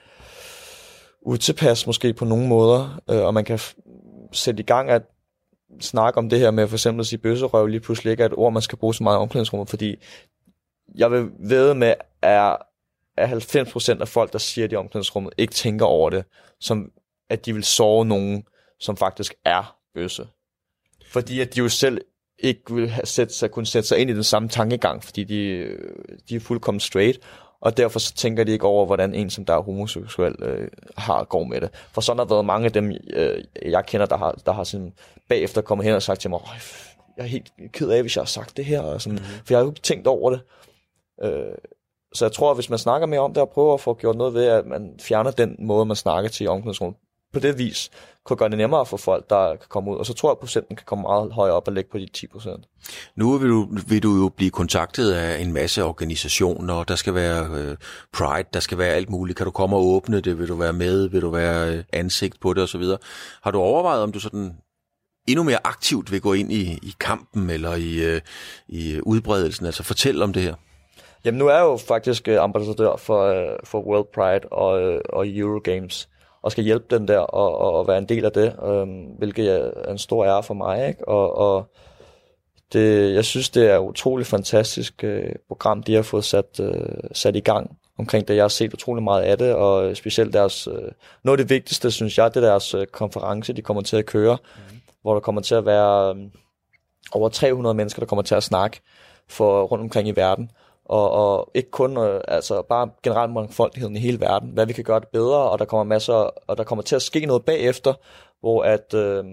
Speaker 5: utilpas måske på nogle måder, øh, og man kan f- sætte i gang at snakke om det her med for eksempel at sige bøsserøv lige pludselig ikke er et ord, man skal bruge så meget i omklædningsrummet, fordi jeg vil vædde med, er, er halvfems procent af folk, der siger det i omklædningsrummet, ikke tænker over det, som at de vil såre nogen, som faktisk er bøsse. Fordi at de jo selv ikke vil have sætte sig, kunne sætte sig ind i den samme tankegang, fordi de, de er fuldkommen straight, og derfor så tænker de ikke over, hvordan en, som der er homoseksuel, øh, har går med det. For sådan har der været mange af dem, øh, jeg kender, der har, der har sådan bagefter kommet hen og sagt til mig, jeg er helt ked af, hvis jeg har sagt det her, og sådan, mm-hmm. for jeg har jo ikke tænkt over det. Øh, så jeg tror, at hvis man snakker mere om det, og prøver at få gjort noget ved, at man fjerner den måde, man snakker til i omklædningsrummet, på det vis kan gøre det nemmere for folk, der kan komme ud. Og så tror jeg, at procenten kan komme meget højere op og lægge på de ti procent.
Speaker 1: Nu vil du, vil du jo blive kontaktet af en masse organisationer, og der skal være øh, Pride, der skal være alt muligt. Kan du komme og åbne det? Vil du være med? Vil du være øh, ansigt på det osv.? Har du overvejet, om du sådan endnu mere aktivt vil gå ind i, i kampen eller i, øh, i udbredelsen? Altså fortæl om det her.
Speaker 5: Jamen nu er jeg jo faktisk ambassadør for, for World Pride og, og Eurogames, og skal hjælpe den der og, og være en del af det, øhm, hvilket er en stor ære for mig, ikke? Og, og det, jeg synes, det er et utroligt fantastisk øh, program, de har fået sat, øh, sat i gang omkring det. Jeg har set utrolig meget af det, og specielt deres, øh, noget af det vigtigste, synes jeg, det er deres øh, konference, de kommer til at køre, mm. hvor der kommer til at være øh, over tre hundrede mennesker, der kommer til at snakke for rundt omkring i verden. Og, og ikke kun, øh, altså bare generelt mangfoldigheden i hele verden, hvad vi kan gøre det bedre, og der kommer masser, og der kommer til at ske noget bagefter, hvor at øh,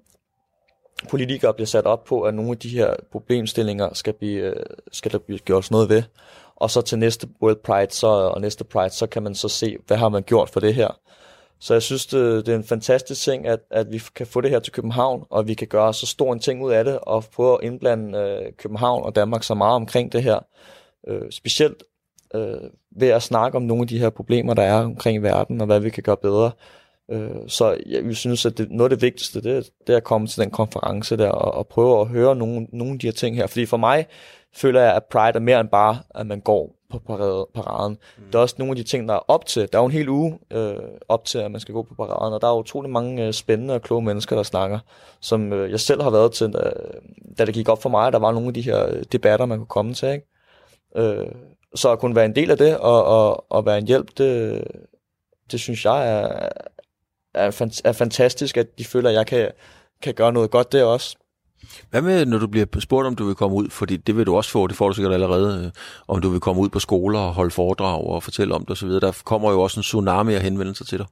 Speaker 5: politikere bliver sat op på, at nogle af de her problemstillinger skal, blive, øh, skal der blive gjort noget ved. Og så til næste World Pride, så, og næste Pride, så kan man så se, hvad har man gjort for det her. Så jeg synes, det, det er en fantastisk ting, at, at vi kan få det her til København, og vi kan gøre så stor en ting ud af det, og prøve at indblande øh, København og Danmark så meget omkring det her. Øh, specielt øh, ved at snakke om nogle af de her problemer, der er omkring i verden, og hvad vi kan gøre bedre. Øh, så jeg vil synes, at det, noget af det vigtigste, det, det er at komme til den konference der, og, og prøve at høre nogle, nogle af de her ting her. Fordi for mig føler jeg, at Pride er mere end bare, at man går på parade, paraden. Mm. Der er også nogle af de ting, der er op til. Der er jo en hel uge øh, op til, at man skal gå på paraden, og der er utrolig mange øh, spændende og kloge mennesker, der snakker, som øh, jeg selv har været til, da, da det gik op for mig, at der var nogle af de her debatter, man kunne komme til, ikke? Øh, så at kunne være en del af det og, og, og være en hjælp, det, det synes jeg er, er, er fantastisk, at de føler, at jeg kan, kan gøre noget godt der også.
Speaker 1: Hvad med, når du bliver spurgt, om du vil komme ud, fordi det vil du også få, det får du sikkert allerede, om du vil komme ud på skoler og holde foredrag og fortælle om det osv. Der kommer jo også en tsunami af henvendelser til dig.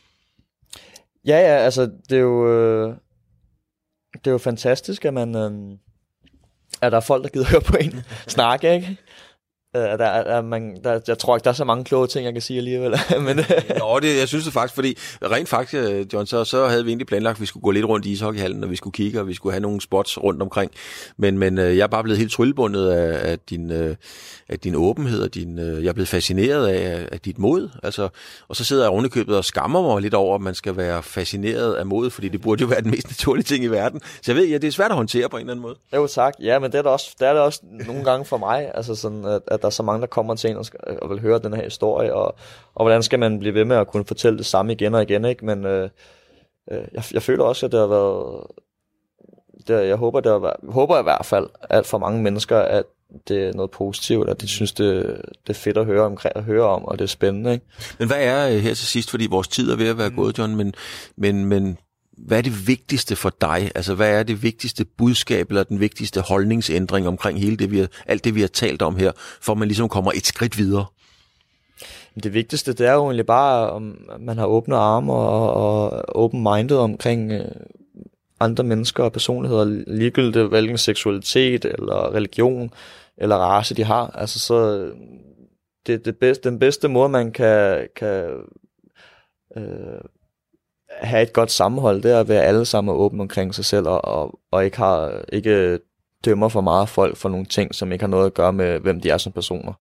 Speaker 5: Ja, ja, altså det er jo, øh, det er jo fantastisk, at man... Øh, at der er folk, der gider høre på en snakke, ikke? Uh, der, er, man, der, jeg tror ikke, der er så mange kloge ting, jeg kan sige alligevel. Men,
Speaker 1: Nå, det, jeg synes det faktisk, fordi rent faktisk, John, så, så havde vi egentlig planlagt, at vi skulle gå lidt rundt i ishockeyhallen, og vi skulle kigge, og vi skulle have nogle spots rundt omkring. Men, men jeg er bare blevet helt tryllebundet af, af, din, af din åbenhed, og din, jeg er blevet fascineret af, af dit mod. Altså, og så sidder jeg ovenikøbet og skammer mig lidt over, at man skal være fascineret af mod, fordi det burde jo være den mest naturlige ting i verden. Så jeg ved, ja, det er svært at håndtere på en eller anden måde.
Speaker 5: Jo, tak. Ja, men det er det også, det er det også nogle gange for mig, altså sådan, at, at der er så mange, der kommer til en og, skal, og vil høre den her historie, og, og hvordan skal man blive ved med at kunne fortælle det samme igen og igen, ikke? Men øh, øh, jeg, jeg føler også, at det har været, det, jeg håber, det har været, håber i hvert fald, at for mange mennesker, at det er noget positivt, at de synes, det, det er fedt at høre, omkring, at høre om, og det er spændende, ikke?
Speaker 1: Men hvad er her til sidst, fordi vores tid er ved at være mm. gået, John, men, men, men hvad er det vigtigste for dig? Altså, hvad er det vigtigste budskab, eller den vigtigste holdningsændring omkring hele det, vi har, alt det, vi har talt om her, for at man ligesom kommer et skridt videre?
Speaker 5: Det vigtigste, det er jo egentlig bare, om man har åbne arme og, og open-minded omkring øh, andre mennesker og personligheder, ligegyldigt hvilken seksualitet eller religion eller race de har. Altså så det, det bedste, den bedste måde, man kan, kan øh, have et godt sammenhold, det er at være alle sammen åbne omkring sig selv og, og, og ikke, har, ikke dømmer for meget folk for nogle ting, som ikke har noget at gøre med, hvem de er som personer.